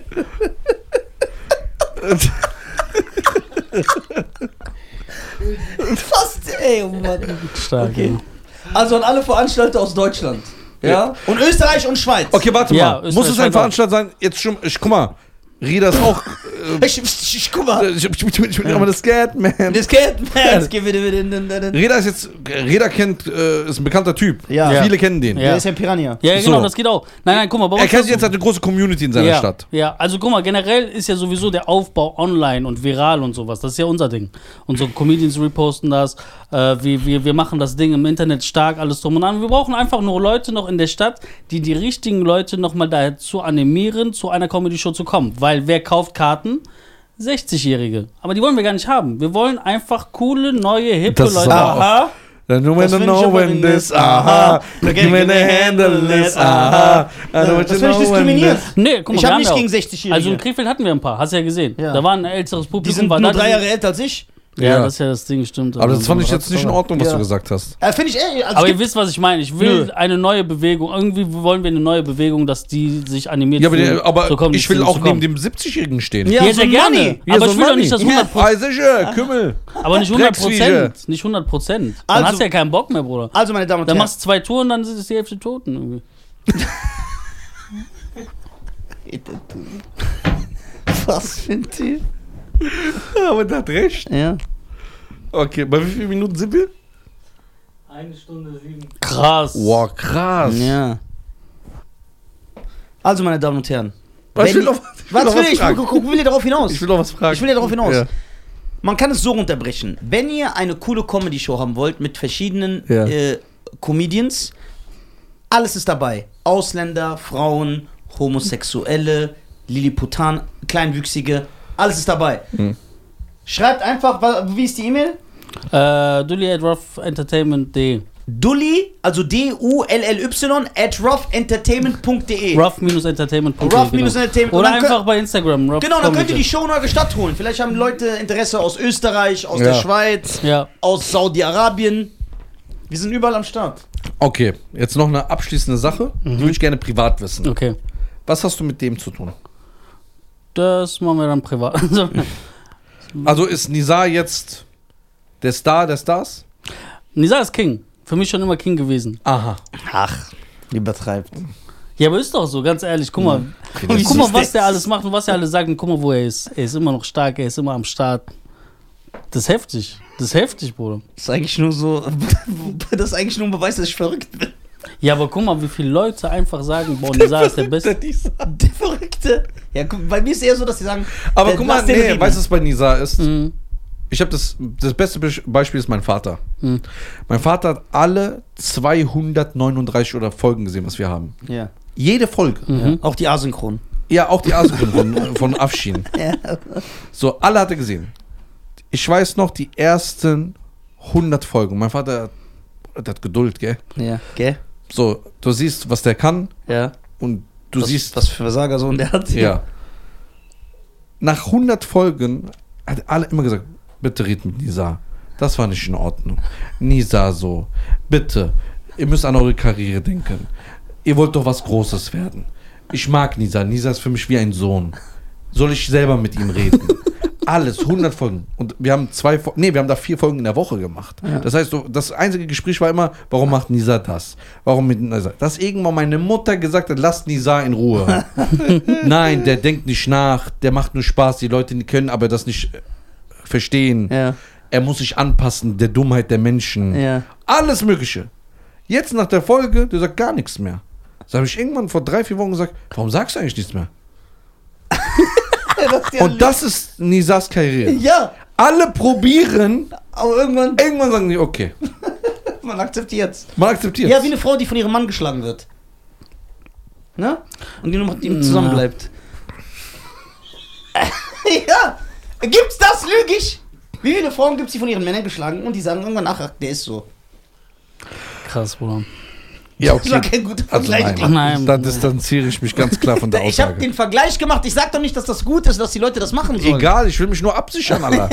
S1: Fast, ey, oh Mann.
S3: Stark.
S1: Okay.
S3: Ja.
S1: Also an alle Veranstalter aus Deutschland. Ja? Und Österreich und Schweiz.
S2: Okay, warte
S3: Ja,
S2: mal.
S3: Österreich,
S2: Muss es ein
S3: Schweiz auch.
S2: Veranstalter sein? Jetzt schon, ich, guck mal. Rida ist auch. Äh,
S1: Ich, ich, ich, guck mal.
S2: ich, ich, ich, ich bin aber das Scared, man.
S1: Das kennt man. Jetzt gehen wir den- den- den- den-
S2: Reda ist jetzt. Reda kennt, äh, ist ein bekannter Typ.
S1: Ja.
S2: Viele kennen den.
S3: Ja.
S1: Der ist ja ein Piranha.
S3: Ja, genau,
S2: So.
S3: das geht auch. Nein, nein, guck mal, bei
S2: Er
S3: uns
S2: kennt
S3: hast
S2: jetzt
S3: du-
S2: halt eine große Community in seiner
S3: ja,
S2: Stadt.
S3: Ja, also guck mal, generell ist ja sowieso der Aufbau online und viral und sowas. Das ist ja unser Ding. Unsere Comedians reposten das. Äh, wir, wir, wir machen das Ding im Internet stark, alles drum und dran. Wir brauchen einfach nur Leute noch in der Stadt, die die richtigen Leute nochmal dazu animieren, zu einer Comedy-Show zu kommen. Weil wer kauft Karten? sechzigjährige. Aber die wollen wir gar nicht haben. Wir wollen einfach coole, neue, hippe
S2: Das ist
S3: Leute.
S2: aber-
S1: Aha.
S2: Then you
S1: Das
S2: wanna
S1: find ich
S2: know
S1: aber
S2: when
S1: in
S2: this,
S1: this,
S2: aha,
S1: aha.
S2: give me the handle this, aha, I know what
S1: Das
S2: you
S1: finde ich
S2: know when
S1: diskriminierend.
S2: this.
S3: Nee, guck mal,
S1: Ich
S3: wir
S1: hab
S3: haben
S1: nicht
S3: ja auch-
S1: gegen sechzigjährige.
S3: Also in Krefeld hatten wir ein paar, hast du ja gesehen.
S1: Ja.
S3: Da war ein älteres Publikum.
S1: Die sind
S3: war
S1: nur
S3: da,
S1: drei Jahre älter als ich.
S3: Ja,
S2: Ja.
S3: das ist ja das Ding, stimmt.
S2: Aber das fand ich jetzt nicht in Ordnung, was
S1: Ja.
S2: du gesagt hast.
S1: Äh, finde ich ehrlich. Also
S3: Aber
S1: es
S3: ihr
S1: gibt-
S3: wisst, was ich meine. Ich will
S1: Nö.
S3: eine neue Bewegung. Irgendwie wollen wir eine neue Bewegung, dass die sich animiert
S2: Ja, aber,
S3: fühlen,
S2: der, aber
S3: zur Comedy
S2: ich will
S3: Szene
S2: auch
S3: zu
S2: neben
S3: kommen.
S2: dem siebzigjährigen stehen.
S1: Ja,
S3: Ja,
S1: so
S3: sehr
S1: ein
S3: gerne.
S1: Money.
S2: Ja,
S3: aber
S2: so
S3: ich will doch
S2: Money.
S3: nicht das
S1: Ja.
S3: hundert Prozent.
S2: Ah, sicher, Kümmel.
S3: Aber nicht hundert Prozent.
S2: Drecksviecher.
S3: Nicht hundert Prozent. Dann
S1: Also-
S3: hast du ja keinen Bock mehr, Bruder.
S1: Also, meine Damen und
S3: Dann
S1: Herren.
S3: machst du zwei Touren, dann sind es die Hälfte Toten. Irgendwie.
S1: Was für ein Typ?
S2: Aber der hat recht.
S1: Ja.
S2: Okay, bei wie vielen Minuten sind wir?
S3: Eine Stunde sieben. Krass.
S2: Wow, krass.
S1: Ja. Also, meine Damen und Herren.
S2: Aber ich
S1: wenn-
S2: will noch, ich will
S1: Was
S2: noch
S1: will
S2: was
S1: ich? Ich
S2: fragen.
S1: will, guck, will dir darauf hinaus.
S2: Ich will noch was fragen.
S1: Ich will ja darauf hinaus.
S2: Ja.
S1: Man kann es so unterbrechen. Wenn ihr eine coole Comedy-Show haben wollt mit verschiedenen
S2: Ja.
S1: äh, Comedians, alles ist dabei. Ausländer, Frauen, Homosexuelle, Liliputan, Kleinwüchsige, alles ist dabei.
S2: Hm.
S1: Schreibt einfach, wa- wie ist die E-Mail?
S3: Äh, Dully at rough entertainment punkt de.
S1: Dully, also D U L L Y, at roughentertainment punkt de.
S3: rough-entertainment punkt de.
S1: Rough-entertainment. Und
S3: Oder
S1: dann
S3: einfach
S1: könnt-
S3: bei Instagram. Rough
S1: Genau, dann könnt ihr
S3: Comedy.
S1: die Show in eure Stadt holen. Vielleicht haben Leute Interesse aus Österreich, aus
S2: Ja.
S1: der Schweiz,
S3: Ja.
S1: aus Saudi-Arabien. Wir sind überall am Start.
S2: Okay, jetzt noch eine abschließende Sache. Die würde ich gerne privat wissen.
S3: Okay.
S2: Was hast du mit dem zu tun?
S3: Das machen wir dann privat. Also,
S2: Also ist Nizar jetzt der Star der Stars?
S3: Nizar ist King. Für mich schon immer King gewesen.
S2: Aha.
S1: Ach, übertreibt.
S3: Ja, aber ist doch so, ganz ehrlich. Guck mal,
S2: das
S3: guck mal,
S1: ist
S3: was
S1: das?
S3: der alles macht und was er alles sagt und guck mal, wo er ist. Er ist immer noch stark, er ist immer am Start. Das ist heftig. Das ist heftig, Bruder.
S1: Das ist eigentlich nur so, das ist eigentlich nur ein Beweis, dass ich verrückt bin.
S3: Ja, aber guck mal, wie viele Leute einfach sagen, boah, Nizar ist der Beste.
S1: Der Verrückte. Ja, guck, bei mir ist es eher so, dass sie sagen,
S2: Aber
S1: der-
S2: guck mal,
S1: lass den
S2: nee,
S1: reden.
S2: weißt du, was bei Nizar ist?
S3: Mhm.
S2: Ich habe das, das beste Be- Beispiel ist mein Vater.
S3: Mhm.
S2: Mein Vater hat alle zweihundertneununddreißig oder Folgen gesehen, was wir haben.
S1: Ja.
S2: Jede Folge.
S3: Mhm.
S1: Auch die Asynchron.
S2: Ja, auch die Asynchron von, von Afshin.
S1: Ja.
S2: So, alle hat er gesehen. Ich weiß noch, die ersten hundert Folgen. Mein Vater, der hat Geduld, gell?
S1: Ja. Gell?
S2: So, du siehst, was der kann
S1: Ja.
S2: und du
S1: was,
S2: siehst,
S1: was für Versagersohn der hat.
S2: ja. nach hundert Folgen hat alle immer gesagt, bitte red mit Nisa. Das war nicht in Ordnung. Nisa so, bitte, ihr müsst an eure Karriere denken. Ihr wollt doch was Großes werden. Ich mag Nisa. Nisa ist für mich wie ein Sohn. Soll ich selber mit ihm reden? Alles, hundert Folgen. Und wir haben zwei, nee, wir haben da vier Folgen in der Woche gemacht. Ja. Das heißt, das einzige Gespräch war immer, warum macht Nisa das? Warum mit Nisa? Dass irgendwann meine Mutter gesagt hat, lasst Nisa in Ruhe. Nein, der denkt nicht nach, der macht nur Spaß, die Leute können aber das nicht verstehen.
S1: Ja.
S2: Er muss sich anpassen, der Dummheit der Menschen.
S1: Ja.
S2: Alles Mögliche. Jetzt nach der Folge, der sagt gar nichts mehr. Das habe ich irgendwann vor drei, vier Wochen gesagt, warum sagst du eigentlich nichts mehr?
S1: das
S2: Und das ist Nisas Karriere.
S1: Ja.
S2: Alle probieren,
S1: Aber irgendwann.
S2: irgendwann sagen die, okay.
S1: Man akzeptiert's.
S2: Man akzeptiert.
S1: Ja, wie eine Frau, die von ihrem Mann geschlagen wird. Ne? Und die nur mit ihm zusammen bleibt. Ja. Gibt's das, lüg ich? Wie viele Frauen gibt's, die von ihren Männern geschlagen und die sagen irgendwann, ach, der ist so.
S3: Krass, Bruder.
S2: Ja,
S1: Das war
S2: okay.
S1: kein guter
S2: Also
S1: Vergleich.
S2: nein,
S3: Nein.
S2: da distanziere ich mich ganz klar von der
S1: Ich habe
S2: Aussage.
S1: den Vergleich gemacht. Ich sag doch nicht, dass das gut ist, dass die Leute das machen sollen.
S2: Egal, ich will mich nur absichern, Alter.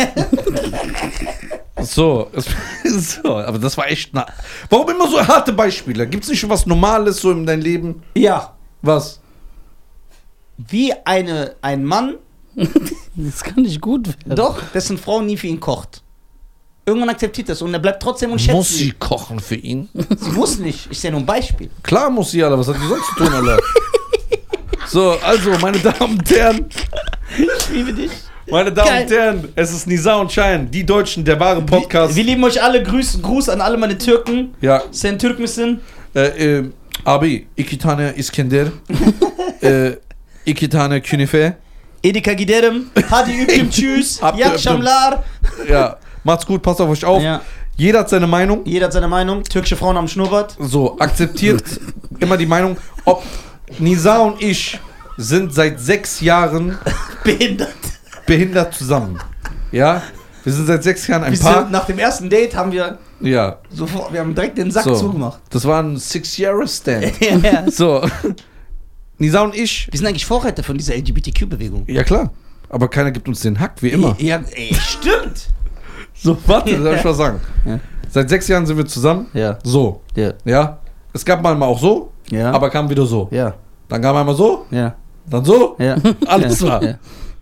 S2: So, es- so, aber das war echt na. Warum immer so harte Beispiele? Gibt's nicht schon was Normales so in deinem Leben?
S1: Ja.
S2: Was?
S1: Wie eine, ein Mann,
S3: Das kann nicht gut werden.
S1: doch, dessen Frau nie für ihn kocht. Irgendwann akzeptiert das und er bleibt trotzdem und schätzt
S2: Muss
S1: sie.
S2: sie kochen für ihn?
S1: Sie muss nicht. Ich sehe nur ein Beispiel.
S2: Klar muss sie, Alter. Was hat die sonst zu tun, Alter? So, also, meine Damen und Herren,
S1: Ich liebe dich.
S2: meine Damen
S1: Geil.
S2: und Herren, es ist Nisa und Schein, die Deutschen, der wahre Podcast.
S1: Wir, wir lieben euch alle. Grüß, Gruß an alle meine Türken.
S2: Ja,
S1: Sen Türk misin?
S2: äh, äh, abi, iki tane İskender, äh, iki tane Künefe.
S1: Edeka giderim. Hadi üptüm tschüss.
S2: Habt ihr
S1: Yak
S2: öptüm.
S1: Shamlar.
S2: Ja, macht's gut, passt auf euch auf.
S1: Ja.
S2: Jeder hat seine Meinung.
S1: Jeder hat seine Meinung. Türkische Frauen am Schnurrbart.
S2: So, akzeptiert immer die Meinung. Ob Nisa und ich sind seit sechs Jahren
S1: Behindert.
S2: behindert zusammen. Ja, wir sind seit sechs Jahren ein
S1: Wir
S2: Paar.
S1: sind, nach dem ersten Date haben wir
S2: Ja,
S1: sofort, wir haben direkt den Sack
S2: so.
S1: zugemacht.
S2: Das war ein Six-Year-Stand.
S1: Ja.
S2: So, Nisa und ich,
S1: Wir sind eigentlich Vorreiter von dieser L G B T Q-Bewegung.
S2: ja klar, aber keiner gibt uns den Hack, wie immer.
S1: Ja, ey, stimmt.
S2: So, warte, das soll ich was sagen.
S1: Ja.
S2: Seit sechs Jahren sind wir zusammen.
S1: Ja.
S2: So,
S1: Ja.
S2: ja. Es gab mal auch so,
S1: Ja.
S2: aber kam wieder so.
S1: Ja.
S2: Dann kam einmal so,
S1: Ja.
S2: dann so.
S1: Ja.
S2: Alles
S1: ja.
S2: war.
S1: Ja.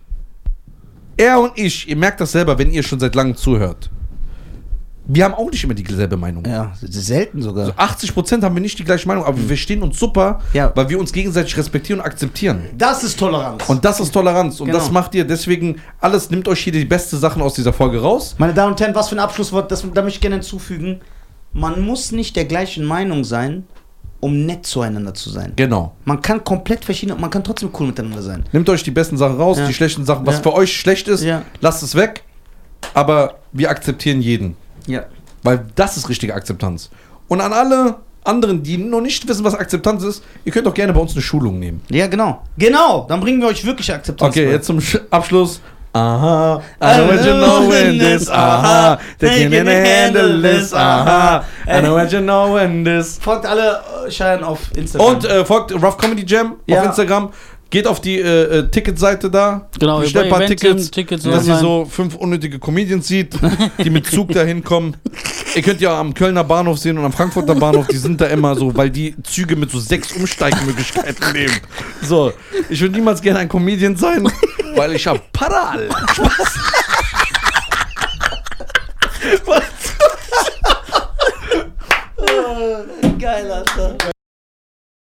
S2: Er und ich, ihr merkt das selber, wenn ihr schon seit langem zuhört. Wir haben auch nicht immer dieselbe Meinung.
S1: Ja, selten sogar.
S2: Also achtzig Prozent haben wir nicht die gleiche Meinung, aber wir verstehen uns super,
S1: Ja.
S2: weil wir uns gegenseitig respektieren und akzeptieren.
S1: Das ist Toleranz.
S2: Und das ist Toleranz. Und
S1: Genau.
S2: das macht ihr. Deswegen, alles nimmt euch hier die besten Sachen aus dieser Folge raus.
S1: Meine Damen und Herren, was für ein Abschlusswort, das, da möchte ich gerne hinzufügen. Man muss nicht der gleichen Meinung sein, um nett zueinander zu sein.
S2: Genau.
S1: Man kann komplett verschieden, man kann trotzdem cool miteinander sein.
S2: Nehmt euch die besten Sachen raus,
S1: Ja.
S2: die schlechten Sachen. Was
S1: Ja.
S2: für euch schlecht ist,
S1: Ja.
S2: lasst es weg. Aber wir akzeptieren jeden.
S1: Ja.
S2: Weil das ist richtige Akzeptanz. Und an alle anderen, die noch nicht wissen, was Akzeptanz ist, ihr könnt auch gerne bei uns eine Schulung nehmen.
S1: Ja, genau. Genau, dann bringen wir euch wirklich Akzeptanz.
S2: Okay,
S1: bei.
S2: jetzt zum Sch- Abschluss. Aha, I know what you know when this, aha, they can handle this, aha, I know what you know when this.
S1: Folgt alle äh, Schein auf Instagram.
S2: Und äh, folgt Rough Comedy Jam
S1: Ja.
S2: auf Instagram. Geht auf die äh, äh, Ticketseite da.
S3: Genau,
S2: bestellt ein
S3: über
S2: paar
S3: Eventim,
S2: Tickets,
S3: Tickets
S2: dass ihr
S3: online.
S2: so fünf unnötige Comedians sieht, die mit Zug da hinkommen. Ihr könnt ja am Kölner Bahnhof sehen und am Frankfurter Bahnhof, die sind da immer so, weil die Züge mit so sechs Umsteigmöglichkeiten nehmen. So, ich würde niemals gerne ein Comedian sein, weil ich hab Paral. Spaß.